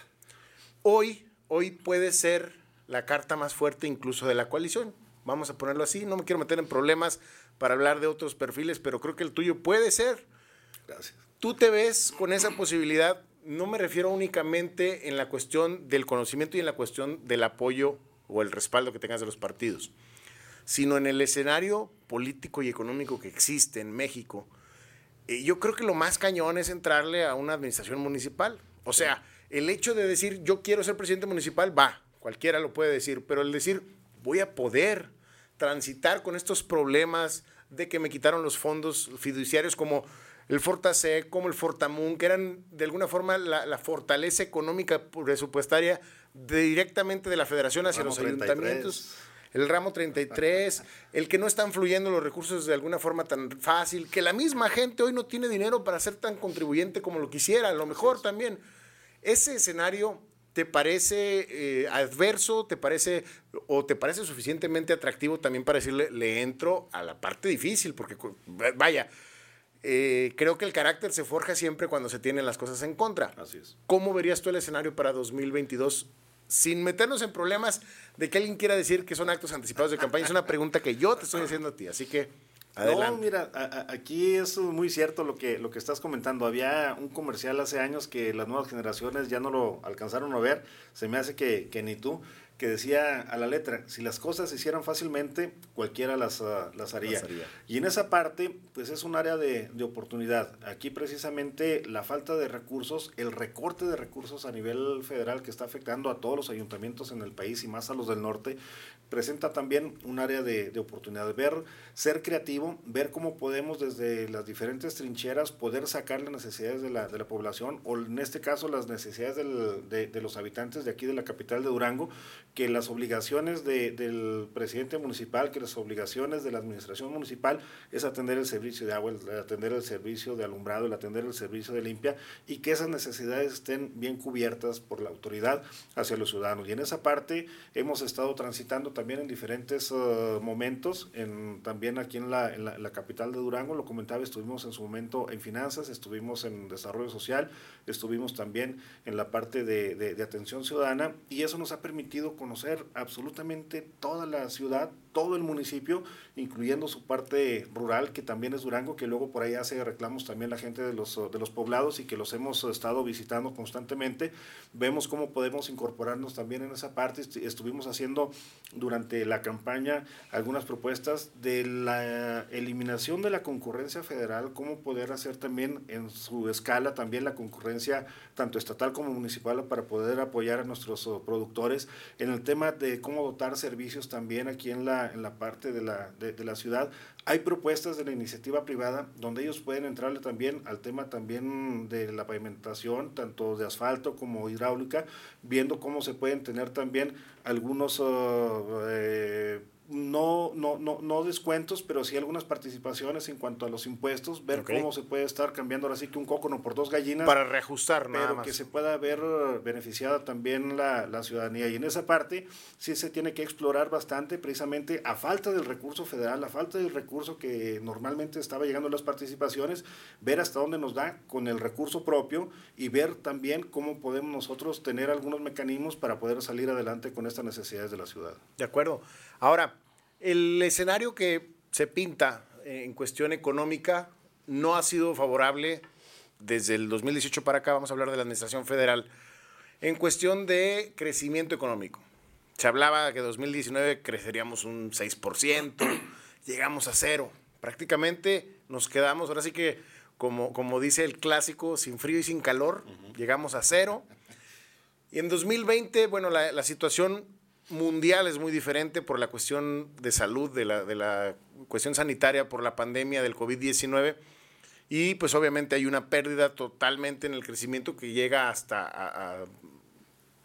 Hoy puede ser la carta más fuerte incluso de la coalición. Vamos a ponerlo así, no me quiero meter en problemas para hablar de otros perfiles, pero creo que el tuyo puede ser. Gracias. Tú te ves con esa posibilidad, no me refiero únicamente en la cuestión del conocimiento y en la cuestión del apoyo o el respaldo que tengas de los partidos, sino en el escenario político y económico que existe en México. Yo creo que lo más cañón es entrarle a una administración municipal. O sea, el hecho de decir yo quiero ser presidente municipal, va, cualquiera lo puede decir, pero el decir voy a poder transitar con estos problemas de que me quitaron los fondos fiduciarios como el Fortasec, como el Fortamun, que eran de alguna forma la fortaleza económica presupuestaria directamente de la federación hacia los ayuntamientos. El ramo 33, el que no están fluyendo los recursos de alguna forma tan fácil, que la misma gente hoy no tiene dinero para ser tan contribuyente como lo quisiera, a lo mejor también. Ese escenario, ¿te parece adverso? ¿Te parece suficientemente atractivo también para decirle, le entro a la parte difícil? Porque, vaya, creo que el carácter se forja siempre cuando se tienen las cosas en contra. Así es. ¿Cómo verías tú el escenario para 2022? Sin meternos en problemas de que alguien quiera decir que son actos anticipados de campaña. Es una pregunta que yo te estoy haciendo a ti, así que adelante. No, mira, aquí es muy cierto lo que estás comentando. Había un comercial hace años que las nuevas generaciones ya no lo alcanzaron a ver, se me hace que ni tú, que decía a la letra, si las cosas se hicieran fácilmente, cualquiera las haría. Y en esa parte, pues es un área de oportunidad. Aquí precisamente la falta de recursos, el recorte de recursos a nivel federal que está afectando a todos los ayuntamientos en el país y más a los del norte, presenta también un área de oportunidad. Ser creativo, ver cómo podemos desde las diferentes trincheras poder sacar las necesidades de la población, o en este caso las necesidades de los habitantes de aquí de la capital de Durango, que las obligaciones del presidente municipal, que las obligaciones de la administración municipal es atender el servicio de agua, atender el servicio de alumbrado, el atender el servicio de limpia, y que esas necesidades estén bien cubiertas por la autoridad hacia los ciudadanos. Y en esa parte hemos estado transitando también en diferentes momentos, también aquí en la capital de Durango, lo comentaba, estuvimos en su momento en finanzas, estuvimos en desarrollo social, estuvimos también en la parte de atención ciudadana, y eso nos ha permitido conocer absolutamente toda la ciudad, todo el municipio, incluyendo su parte rural, que también es Durango, que luego por ahí hace reclamos también la gente de los poblados y que los hemos estado visitando constantemente. Vemos cómo podemos incorporarnos también en esa parte. Estuvimos haciendo durante la campaña algunas propuestas de la eliminación de la concurrencia federal, cómo poder hacer también en su escala también la concurrencia tanto estatal como municipal para poder apoyar a nuestros productores en el tema de cómo dotar servicios también aquí en la parte de la ciudad. Hay propuestas de la iniciativa privada donde ellos pueden entrarle también al tema también de la pavimentación, tanto de asfalto como hidráulica, viendo cómo se pueden tener también algunos no descuentos, pero sí algunas participaciones en cuanto a los impuestos, ver cómo se puede estar cambiando ahora sí que un cócono por dos gallinas. Para reajustar nada pero más. Que se pueda ver beneficiada también la ciudadanía. Y en esa parte sí se tiene que explorar bastante, precisamente a falta del recurso federal, a falta del recurso que normalmente estaba llegando a las participaciones, ver hasta dónde nos da con el recurso propio y ver también cómo podemos nosotros tener algunos mecanismos para poder salir adelante con estas necesidades de la ciudad. De acuerdo. Ahora, el escenario que se pinta en cuestión económica no ha sido favorable desde el 2018 para acá, vamos a hablar de la administración federal, en cuestión de crecimiento económico. Se hablaba que en 2019 creceríamos un 6%, llegamos a 0. Prácticamente nos quedamos, ahora sí que, como dice el clásico, sin frío y sin calor, llegamos a 0. Y en 2020, bueno, la situación mundial es muy diferente por la cuestión de salud, de la cuestión sanitaria por la pandemia del COVID-19, y pues obviamente hay una pérdida totalmente en el crecimiento que llega hasta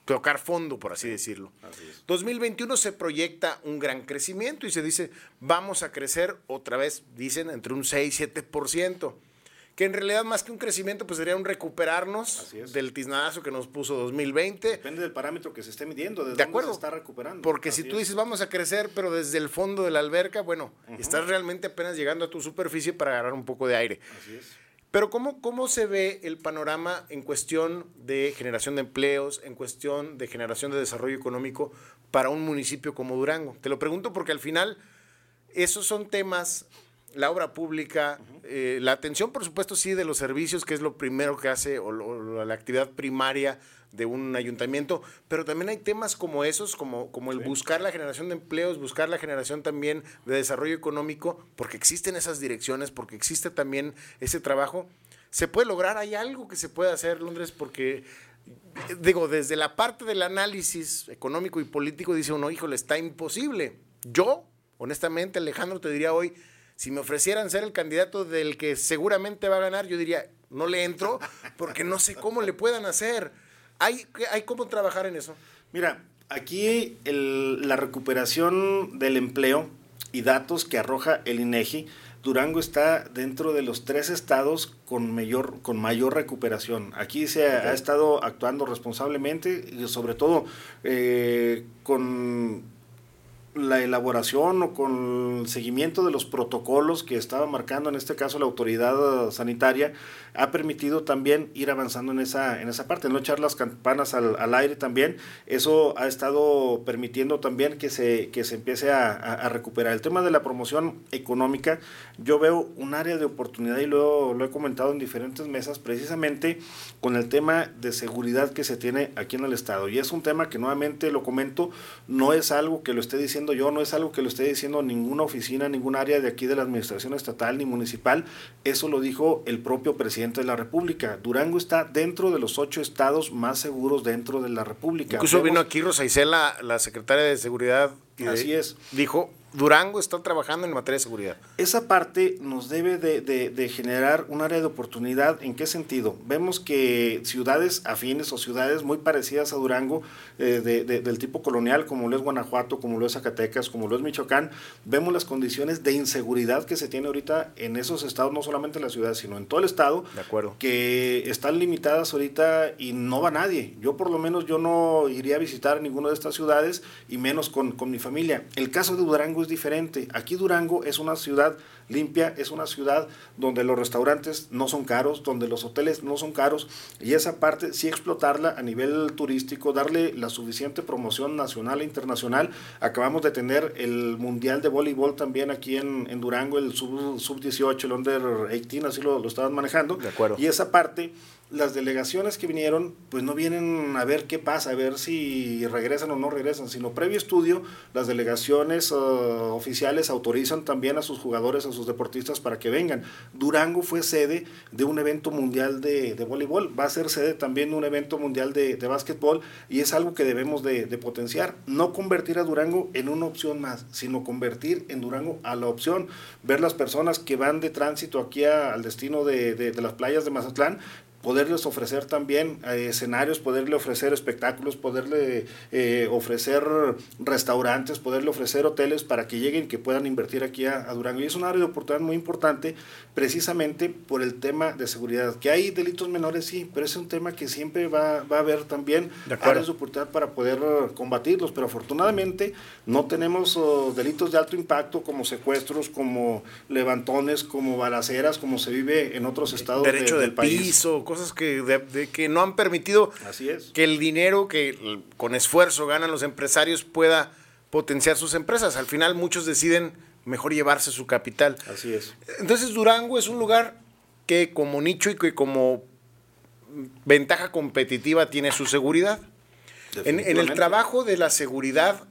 tocar fondo, por así decirlo. Así es. 2021 se proyecta un gran crecimiento y se dice, vamos a crecer otra vez, dicen, entre un 6-7%. Que en realidad más que un crecimiento, pues sería un recuperarnos del tiznadazo que nos puso 2020. Depende del parámetro que se esté midiendo, de acuerdo, se está recuperando. Porque si tú dices vamos a crecer, pero desde el fondo de la alberca, bueno, estás realmente apenas llegando a tu superficie para agarrar un poco de aire. Así es. Pero ¿cómo se ve el panorama en cuestión de generación de empleos, en cuestión de generación de desarrollo económico para un municipio como Durango? Te lo pregunto porque al final esos son temas, la obra pública, la atención, por supuesto, sí, de los servicios, que es lo primero que hace, o la actividad primaria de un ayuntamiento, pero también hay temas como esos, como el buscar la generación de empleos, buscar la generación también de desarrollo económico, porque existen esas direcciones, porque existe también ese trabajo. ¿Se puede lograr? ¿Hay algo que se puede hacer, Londres? Porque, digo, desde la parte del análisis económico y político dice uno, híjole, está imposible. Yo, honestamente, Alejandro, te diría hoy, si me ofrecieran ser el candidato del que seguramente va a ganar, yo diría, no le entro, porque no sé cómo le puedan hacer. ¿Hay cómo trabajar en eso? Mira, aquí la recuperación del empleo y datos que arroja el INEGI, Durango está dentro de los 3 estados con mayor recuperación. Aquí se ha estado actuando responsablemente y sobre todo con la elaboración o con el seguimiento de los protocolos que estaba marcando en este caso la autoridad sanitaria, ha permitido también ir avanzando en esa parte, no echar las campanas al aire también. Eso ha estado permitiendo también que se empiece a recuperar. El tema de la promoción económica, yo veo un área de oportunidad y lo he comentado en diferentes mesas, precisamente con el tema de seguridad que se tiene aquí en el estado. Y es un tema que nuevamente lo comento, no es algo que lo esté diciendo yo, no es algo que lo esté diciendo ninguna oficina, ningún área de aquí de la administración estatal ni municipal, eso lo dijo el propio presidente de la República. Durango está dentro de los 8 estados más seguros dentro de la República. Incluso vino aquí Rosa Isela, la secretaria de Seguridad, así es. Dijo, Durango está trabajando en materia de seguridad. Esa parte nos debe de generar un área de oportunidad. ¿En qué sentido? Vemos que ciudades afines o ciudades muy parecidas a Durango, del tipo colonial, como lo es Guanajuato, como lo es Zacatecas, como lo es Michoacán, vemos las condiciones de inseguridad que se tiene ahorita en esos estados, no solamente en la ciudad, sino en todo el estado, de acuerdo, que están limitadas ahorita y no va nadie. Yo por lo menos yo no iría a visitar ninguna de estas ciudades y menos con mi familia. El caso de Durango es diferente. Aquí Durango es una ciudad limpia, es una ciudad donde los restaurantes no son caros, donde los hoteles no son caros, y esa parte sí explotarla a nivel turístico, darle la suficiente promoción nacional e internacional. Acabamos de tener el Mundial de Voleibol también aquí en Durango, el sub-18, el Under 18, así lo estaban manejando. De acuerdo. Y esa parte, las delegaciones que vinieron, pues no vienen a ver qué pasa, a ver si regresan o no regresan, sino previo estudio, las delegaciones oficiales autorizan también a sus jugadores, a sus deportistas para que vengan. Durango fue sede de un evento mundial de voleibol, va a ser sede también de un evento mundial de básquetbol, y es algo que debemos de potenciar. No convertir a Durango en una opción más, sino convertir en Durango a la opción. Ver las personas que van de tránsito aquí al destino de las playas de Mazatlán, poderles ofrecer también escenarios, poderle ofrecer espectáculos, poderle ofrecer restaurantes, poderle ofrecer hoteles para que lleguen, que puedan invertir aquí a Durango. Y es un área de oportunidad muy importante precisamente por el tema de seguridad. Que hay delitos menores, sí, pero es un tema que siempre va a haber también áreas de oportunidad para poder combatirlos, pero afortunadamente no tenemos delitos de alto impacto como secuestros, como levantones, como balaceras, como se vive en otros estados del país. Piso, cosas que no han permitido que el dinero que con esfuerzo ganan los empresarios pueda potenciar sus empresas. Al final muchos deciden mejor llevarse su capital. Así es. Entonces Durango es un lugar que como nicho y que como ventaja competitiva tiene su seguridad. En el trabajo de la seguridad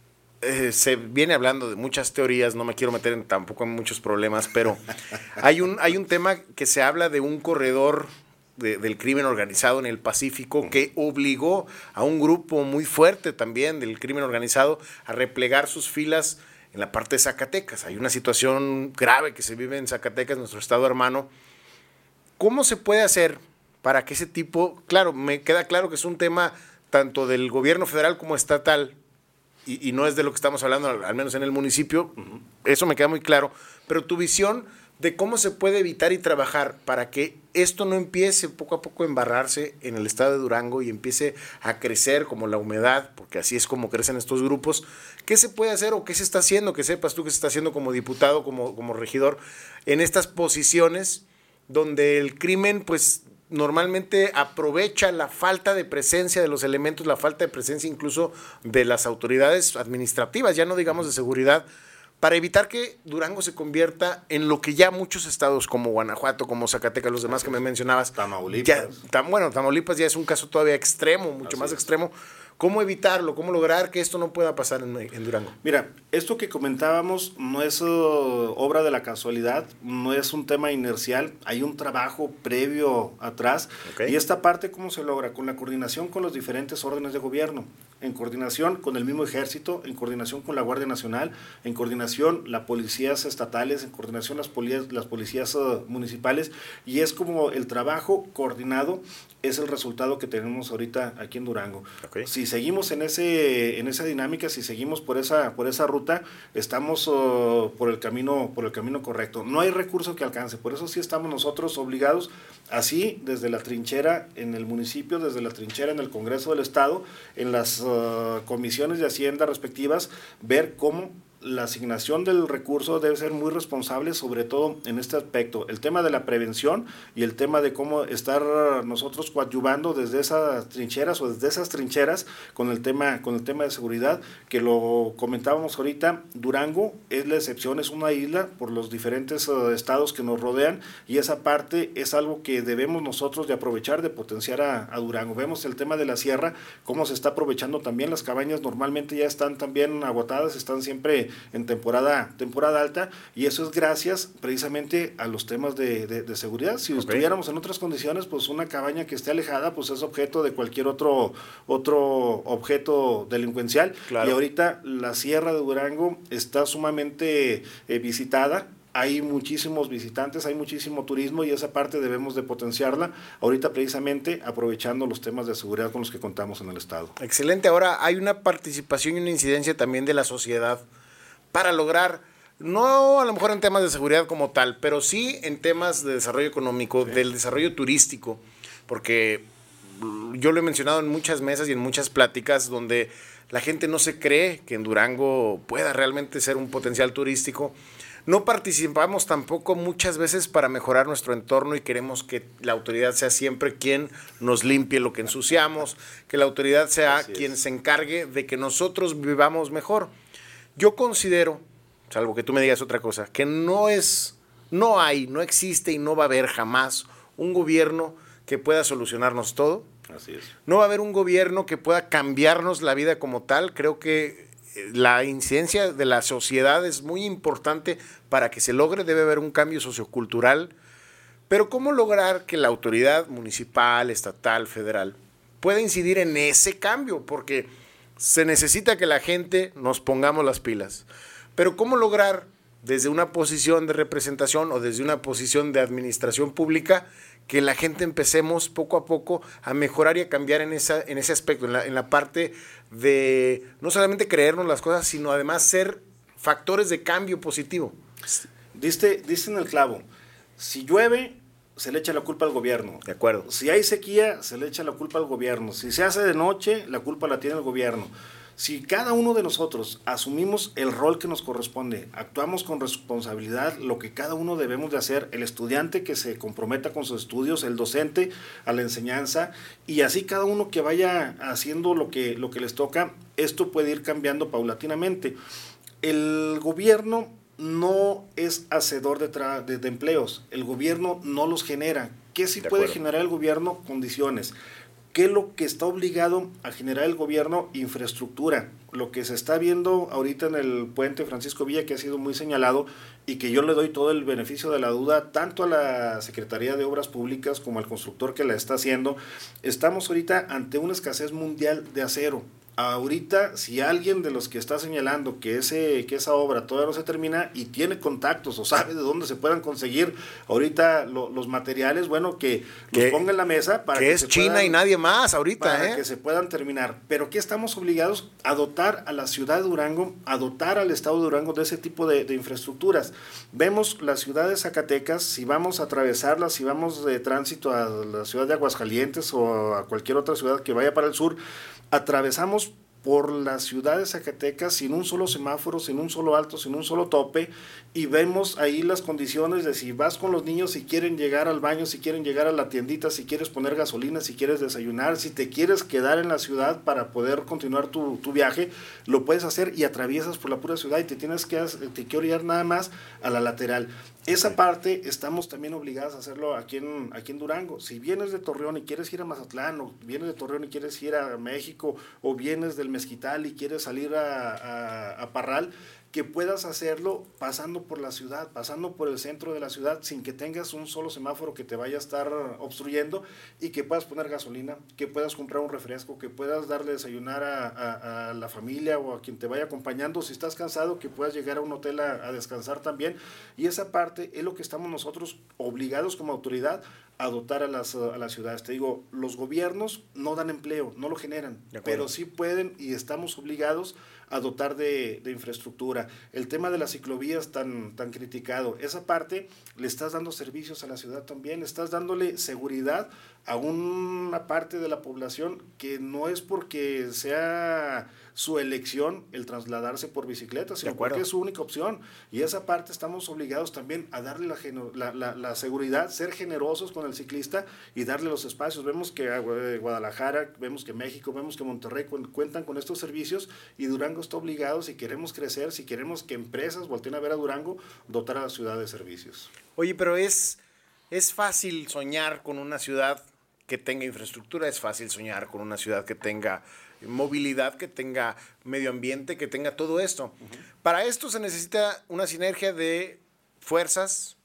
se viene hablando de muchas teorías, no me quiero meter tampoco en muchos problemas, pero hay un tema que se habla de un corredor del crimen organizado en el Pacífico que obligó a un grupo muy fuerte también del crimen organizado a replegar sus filas en la parte de Zacatecas. Hay una situación grave que se vive en Zacatecas, nuestro estado hermano. ¿Cómo se puede hacer para que ese tipo, claro, me queda claro que es un tema tanto del gobierno federal como estatal, y no es de lo que estamos hablando, al menos en el municipio, eso me queda muy claro, pero tu visión de cómo se puede evitar y trabajar para que esto no empiece poco a poco a embarrarse en el estado de Durango y empiece a crecer como la humedad, porque así es como crecen estos grupos. ¿Qué se puede hacer o qué se está haciendo? Que sepas tú que se está haciendo como diputado, como regidor, en estas posiciones donde el crimen, pues, normalmente aprovecha la falta de presencia de los elementos, la falta de presencia incluso de las autoridades administrativas, ya no digamos de seguridad, para evitar que Durango se convierta en lo que ya muchos estados como Guanajuato, como Zacatecas, los demás que me mencionabas. Tamaulipas. Tamaulipas ya es un caso todavía extremo, mucho más extremo. ¿Cómo evitarlo? ¿Cómo lograr que esto no pueda pasar en Durango? Mira, esto que comentábamos no es obra de la casualidad, no es un tema inercial, hay un trabajo previo atrás. Okay. Y esta parte, ¿cómo se logra? Con la coordinación con los diferentes órdenes de gobierno, en coordinación con el mismo ejército, en coordinación con la Guardia Nacional, en coordinación las policías estatales, en coordinación las policías municipales, y es como el trabajo coordinado es el resultado que tenemos ahorita aquí en Durango. Okay. Si seguimos en esa dinámica, si seguimos por esa ruta, estamos por el camino correcto. No hay recurso que alcance, por eso sí estamos nosotros obligados, así desde la trinchera en el municipio, desde la trinchera en el Congreso del Estado, en las comisiones de Hacienda respectivas, ver cómo la asignación del recurso debe ser muy responsable, sobre todo en este aspecto, el tema de la prevención y el tema de cómo estar nosotros coadyuvando desde esas trincheras o desde esas trincheras con el tema de seguridad, que lo comentábamos ahorita. Durango es la excepción, es una isla por los diferentes estados que nos rodean, y esa parte es algo que debemos nosotros de aprovechar, de potenciar a Durango. Vemos el tema de la sierra, cómo se está aprovechando también, las cabañas normalmente ya están también agotadas, están siempre en temporada alta, y eso es gracias precisamente a los temas de seguridad. Si estuviéramos en otras condiciones, pues una cabaña que esté alejada, pues es objeto de cualquier otro objeto delincuencial. Claro. Y ahorita la sierra de Durango está sumamente visitada. Hay muchísimos visitantes, hay muchísimo turismo, y esa parte debemos de potenciarla ahorita precisamente aprovechando los temas de seguridad con los que contamos en el estado. Excelente. Ahora hay una participación y una incidencia también de la sociedad para lograr, no a lo mejor en temas de seguridad como tal, pero sí en temas de desarrollo económico, sí, del desarrollo turístico, porque yo lo he mencionado en muchas mesas y en muchas pláticas donde la gente no se cree que en Durango pueda realmente ser un potencial turístico. No participamos tampoco muchas veces para mejorar nuestro entorno, y queremos que la autoridad sea siempre quien nos limpie lo que ensuciamos, que la autoridad sea quien se encargue de que nosotros vivamos mejor. Yo considero, salvo que tú me digas otra cosa, que no existe y no va a haber jamás un gobierno que pueda solucionarnos todo. Así es. No va a haber un gobierno que pueda cambiarnos la vida como tal. Creo que la incidencia de la sociedad es muy importante para que se logre. Debe haber un cambio sociocultural. Pero ¿cómo lograr que la autoridad municipal, estatal, federal pueda incidir en ese cambio? Porque se necesita que la gente nos pongamos las pilas. Pero ¿cómo lograr desde una posición de representación o desde una posición de administración pública que la gente empecemos poco a poco a mejorar y a cambiar en ese aspecto, en la parte de no solamente creernos las cosas, sino además ser factores de cambio positivo? Diste en el clavo. Si llueve, se le echa la culpa al gobierno. De acuerdo. Si hay sequía, se le echa la culpa al gobierno. Si se hace de noche, la culpa la tiene el gobierno. Si cada uno de nosotros asumimos el rol que nos corresponde, actuamos con responsabilidad, lo que cada uno debemos de hacer, el estudiante que se comprometa con sus estudios, el docente a la enseñanza, y así cada uno que vaya haciendo lo que les toca, esto puede ir cambiando paulatinamente. El gobierno no es hacedor de empleos, el gobierno no los genera. ¿Qué sí puede generar el gobierno? Condiciones. ¿Qué es lo que está obligado a generar el gobierno? Infraestructura. Lo que se está viendo ahorita en el puente Francisco Villa, que ha sido muy señalado, y que yo le doy todo el beneficio de la duda, tanto a la Secretaría de Obras Públicas como al constructor que la está haciendo. Estamos ahorita ante una escasez mundial de acero. Ahorita, si alguien de los que está señalando que esa obra todavía no se termina y tiene contactos o sabe de dónde se puedan conseguir ahorita los materiales, bueno, que los ponga en la mesa para que es China y nadie más ahorita, para que se puedan terminar. Pero que estamos obligados a dotar a la ciudad de Durango, a dotar al estado de Durango de ese tipo de infraestructuras. Vemos la ciudad de Zacatecas, si vamos a atravesarla, si vamos de tránsito a la ciudad de Aguascalientes o a cualquier otra ciudad que vaya para el sur, atravesamos por la ciudad de Zacatecas sin un solo semáforo, sin un solo alto, sin un solo tope, y vemos ahí las condiciones de si vas con los niños, si quieren llegar al baño, si quieren llegar a la tiendita, si quieres poner gasolina, si quieres desayunar, si te quieres quedar en la ciudad para poder continuar tu viaje, lo puedes hacer y atraviesas por la pura ciudad y te tienes que orillar nada más a la lateral. Esa parte estamos también obligados a hacerlo aquí en Durango. Si vienes de Torreón y quieres ir a Mazatlán, o vienes de Torreón y quieres ir a México, o vienes del Mezquital y quieres salir a Parral, que puedas hacerlo pasando por la ciudad, pasando por el centro de la ciudad, sin que tengas un solo semáforo que te vaya a estar obstruyendo, y que puedas poner gasolina, que puedas comprar un refresco, que puedas darle desayunar a la familia o a quien te vaya acompañando. Si estás cansado, que puedas llegar a un hotel a descansar también. Y esa parte es lo que estamos nosotros obligados como autoridad a dotar a las ciudades. Te digo, los gobiernos no dan empleo, no lo generan, pero sí pueden y estamos obligados a dotar de infraestructura. El tema de las ciclovías tan criticado, esa parte le estás dando servicios a la ciudad también, estás dándole seguridad a una parte de la población que no es porque sea su elección el trasladarse por bicicleta, sino porque es su única opción. Y esa parte estamos obligados también a darle la seguridad, ser generosos con el ciclista y darle los espacios. Vemos que Guadalajara, vemos que México, vemos que Monterrey cuentan con estos servicios, y Durango está obligado, si queremos crecer, si queremos que empresas volteen a ver a Durango, dotar a la ciudad de servicios. Oye, pero es fácil soñar con una ciudad que tenga infraestructura, es fácil soñar con una ciudad que tenga movilidad, que tenga medio ambiente, que tenga todo esto. Para esto se necesita una sinergia de fuerzas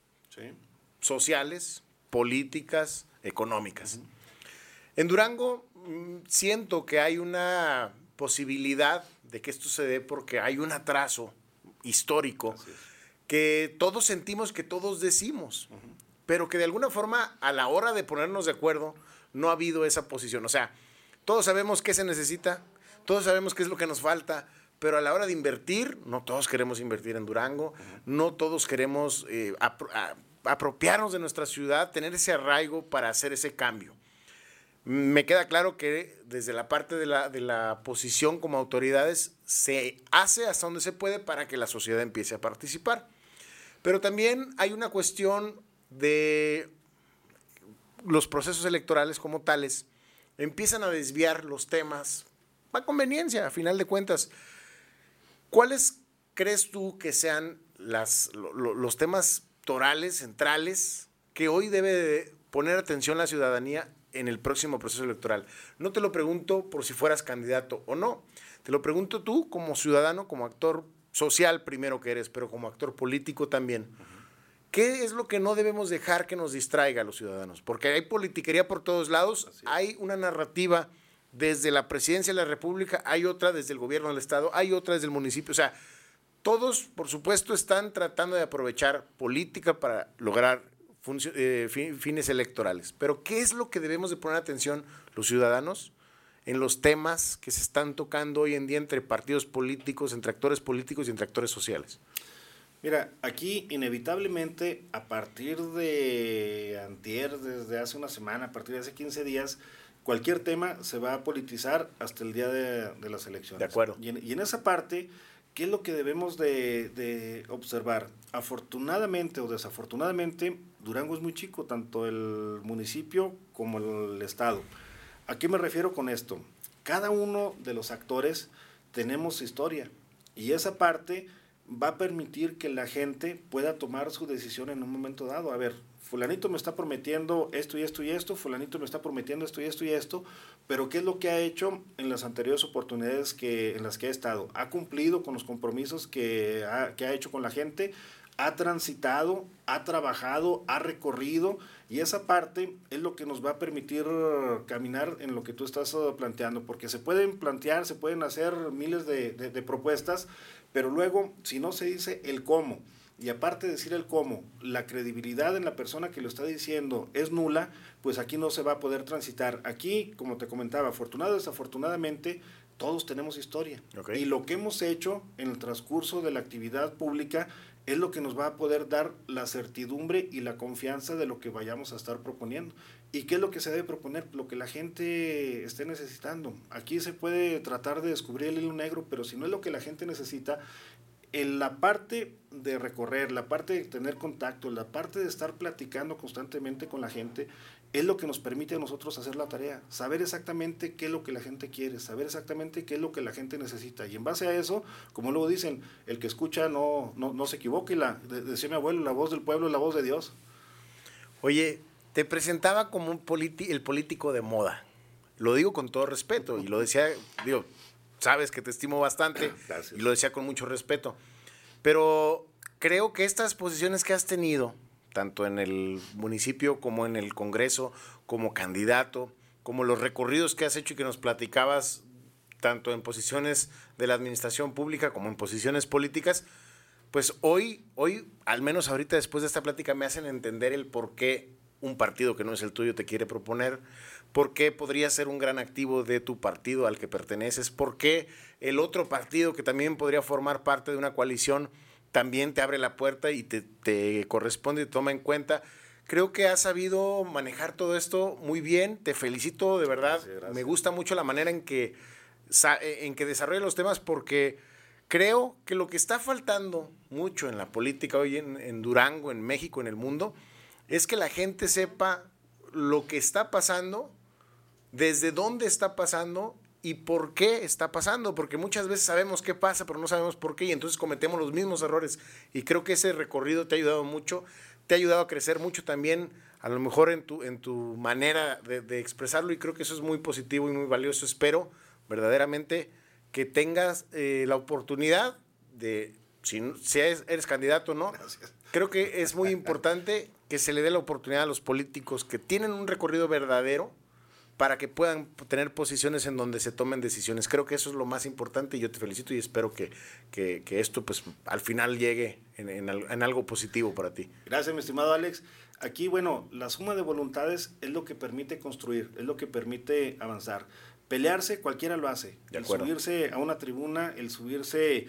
sociales, políticas, económicas. En Durango siento que hay una posibilidad de que esto se dé porque hay un atraso histórico que todos sentimos, que todos decimos, pero que de alguna forma a la hora de ponernos de acuerdo no ha habido esa posición. O sea, todos sabemos qué se necesita, todos sabemos qué es lo que nos falta, pero a la hora de invertir, no todos queremos invertir en Durango, no todos queremos apropiarnos de nuestra ciudad, tener ese arraigo para hacer ese cambio. Me queda claro que desde la parte de la posición como autoridades se hace hasta donde se puede para que la sociedad empiece a participar. Pero también hay una cuestión de los procesos electorales como tales, empiezan a desviar los temas a conveniencia, a final de cuentas. ¿Cuáles crees tú que sean los temas torales, centrales, que hoy debe de poner atención la ciudadanía en el próximo proceso electoral? No te lo pregunto por si fueras candidato o no, te lo pregunto tú como ciudadano, como actor social primero que eres, pero como actor político también. ¿Qué es lo que no debemos dejar que nos distraiga a los ciudadanos? Porque hay politiquería por todos lados, hay una narrativa desde la presidencia de la República, hay otra desde el gobierno del Estado, hay otra desde el municipio. O sea, todos, por supuesto, están tratando de aprovechar política para lograr fines electorales. Pero ¿qué es lo que debemos de poner atención los ciudadanos en los temas que se están tocando hoy en día entre partidos políticos, entre actores políticos y entre actores sociales? Mira, aquí inevitablemente a partir de antier, desde hace una semana, a partir de hace 15 días, cualquier tema se va a politizar hasta el día de las elecciones. De acuerdo. Y en esa parte, ¿qué es lo que debemos de observar? Afortunadamente o desafortunadamente, Durango es muy chico, tanto el municipio como el estado. ¿A qué me refiero con esto? Cada uno de los actores tenemos historia, y esa parte va a permitir que la gente pueda tomar su decisión en un momento dado. A ver, fulanito me está prometiendo esto y esto y esto, fulanito me está prometiendo esto y esto y esto, pero ¿qué es lo que ha hecho en las anteriores oportunidades en las que ha estado? ¿Ha cumplido con los compromisos que ha hecho con la gente? ha transitado, ha trabajado, ha recorrido, y esa parte es lo que nos va a permitir caminar en lo que tú estás planteando, porque se pueden plantear, se pueden hacer miles de propuestas, pero luego, si no se dice el cómo, y aparte de decir el cómo, la credibilidad en la persona que lo está diciendo es nula, pues aquí no se va a poder transitar. Aquí, como te comentaba, afortunado o desafortunadamente, todos tenemos historia. Okay. Y lo que hemos hecho en el transcurso de la actividad pública es lo que nos va a poder dar la certidumbre y la confianza de lo que vayamos a estar proponiendo. ¿Y qué es lo que se debe proponer? Lo que la gente esté necesitando. Aquí se puede tratar de descubrir el hilo negro, pero si no es lo que la gente necesita, en la parte de recorrer, la parte de tener contacto, la parte de estar platicando constantemente con la gente, es lo que nos permite a nosotros hacer la tarea, saber exactamente qué es lo que la gente quiere, saber exactamente qué es lo que la gente necesita. Y en base a eso, como luego dicen, el que escucha no se equivoca, y decía mi abuelo, la voz del pueblo es la voz de Dios. Oye, te presentaba como el político de moda. Lo digo con todo respeto, y lo decía, digo, sabes que te estimo bastante. Gracias. Y lo decía con mucho respeto. Pero creo que estas posiciones que has tenido, tanto en el municipio como en el Congreso, como candidato, como los recorridos que has hecho y que nos platicabas, tanto en posiciones de la administración pública como en posiciones políticas, pues hoy, al menos ahorita después de esta plática, me hacen entender el por qué un partido que no es el tuyo te quiere proponer, por qué podría ser un gran activo de tu partido al que perteneces, por qué el otro partido que también podría formar parte de una coalición también te abre la puerta y te corresponde y te toma en cuenta. Creo que has sabido manejar todo esto muy bien, te felicito de verdad. Gracias. Me gusta mucho la manera en que desarrollas los temas, porque creo que lo que está faltando mucho en la política hoy en Durango, en México, en el mundo, es que la gente sepa lo que está pasando, desde dónde está pasando y por qué está pasando, porque muchas veces sabemos qué pasa, pero no sabemos por qué, y entonces cometemos los mismos errores. Y creo que ese recorrido te ha ayudado mucho, te ha ayudado a crecer mucho también, a lo mejor en tu manera de expresarlo, y creo que eso es muy positivo y muy valioso. Espero verdaderamente que tengas la oportunidad de, si eres candidato o no. Gracias. Creo que es muy importante que se le dé la oportunidad a los políticos que tienen un recorrido verdadero para que puedan tener posiciones en donde se tomen decisiones. Creo que eso es lo más importante, y yo te felicito y espero que esto pues al final llegue en algo positivo para ti. Gracias, mi estimado Alex. Aquí, bueno, la suma de voluntades es lo que permite construir, es lo que permite avanzar. Pelearse, cualquiera lo hace. El subirse a una tribuna, el subirse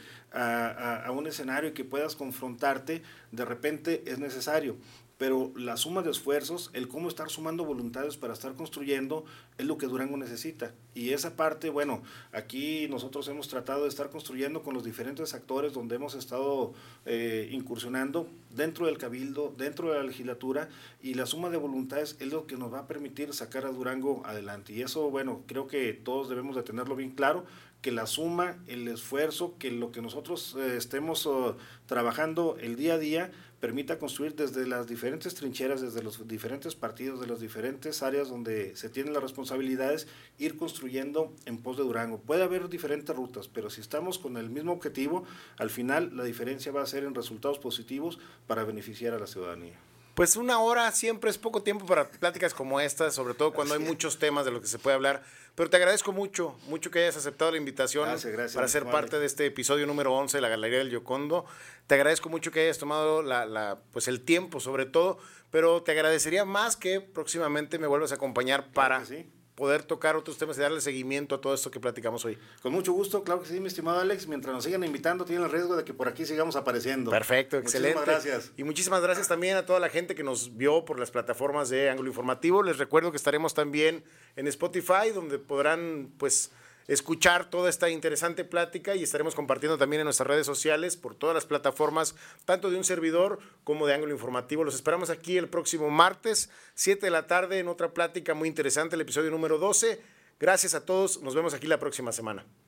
a un escenario y que puedas confrontarte, de repente es necesario. Pero la suma de esfuerzos, el cómo estar sumando voluntades para estar construyendo, es lo que Durango necesita. Y esa parte, bueno, aquí nosotros hemos tratado de estar construyendo con los diferentes actores donde hemos estado incursionando dentro del Cabildo, dentro de la legislatura, y la suma de voluntades es lo que nos va a permitir sacar a Durango adelante. Y eso, bueno, creo que todos debemos de tenerlo bien claro, que la suma, el esfuerzo, que lo que nosotros estemos trabajando el día a día, permita construir desde las diferentes trincheras, desde los diferentes partidos, de las diferentes áreas donde se tienen las responsabilidades, ir construyendo en pos de Durango. Puede haber diferentes rutas, pero si estamos con el mismo objetivo, al final la diferencia va a ser en resultados positivos para beneficiar a la ciudadanía. Pues 1 hora siempre es poco tiempo para pláticas como estas, sobre todo cuando hay muchos temas de los que se puede hablar. Pero te agradezco mucho que hayas aceptado la invitación para ser parte de este episodio número 11 de la Galería del Giocondo. Te agradezco mucho que hayas tomado pues el tiempo, sobre todo, pero te agradecería más que próximamente me vuelvas a acompañar para poder tocar otros temas y darle seguimiento a todo esto que platicamos hoy. Con mucho gusto, claro que sí, mi estimado Alex. Mientras nos sigan invitando, tienen el riesgo de que por aquí sigamos apareciendo. Perfecto, excelente. Muchísimas gracias. Y muchísimas gracias también a toda la gente que nos vio por las plataformas de Ángulo Informativo. Les recuerdo que estaremos también en Spotify, donde podrán pues escuchar toda esta interesante plática, y estaremos compartiendo también en nuestras redes sociales por todas las plataformas, tanto de un servidor como de Ángulo Informativo. Los esperamos aquí el próximo martes, 7 de la tarde, en otra plática muy interesante, el episodio número 12. Gracias a todos, nos vemos aquí la próxima semana.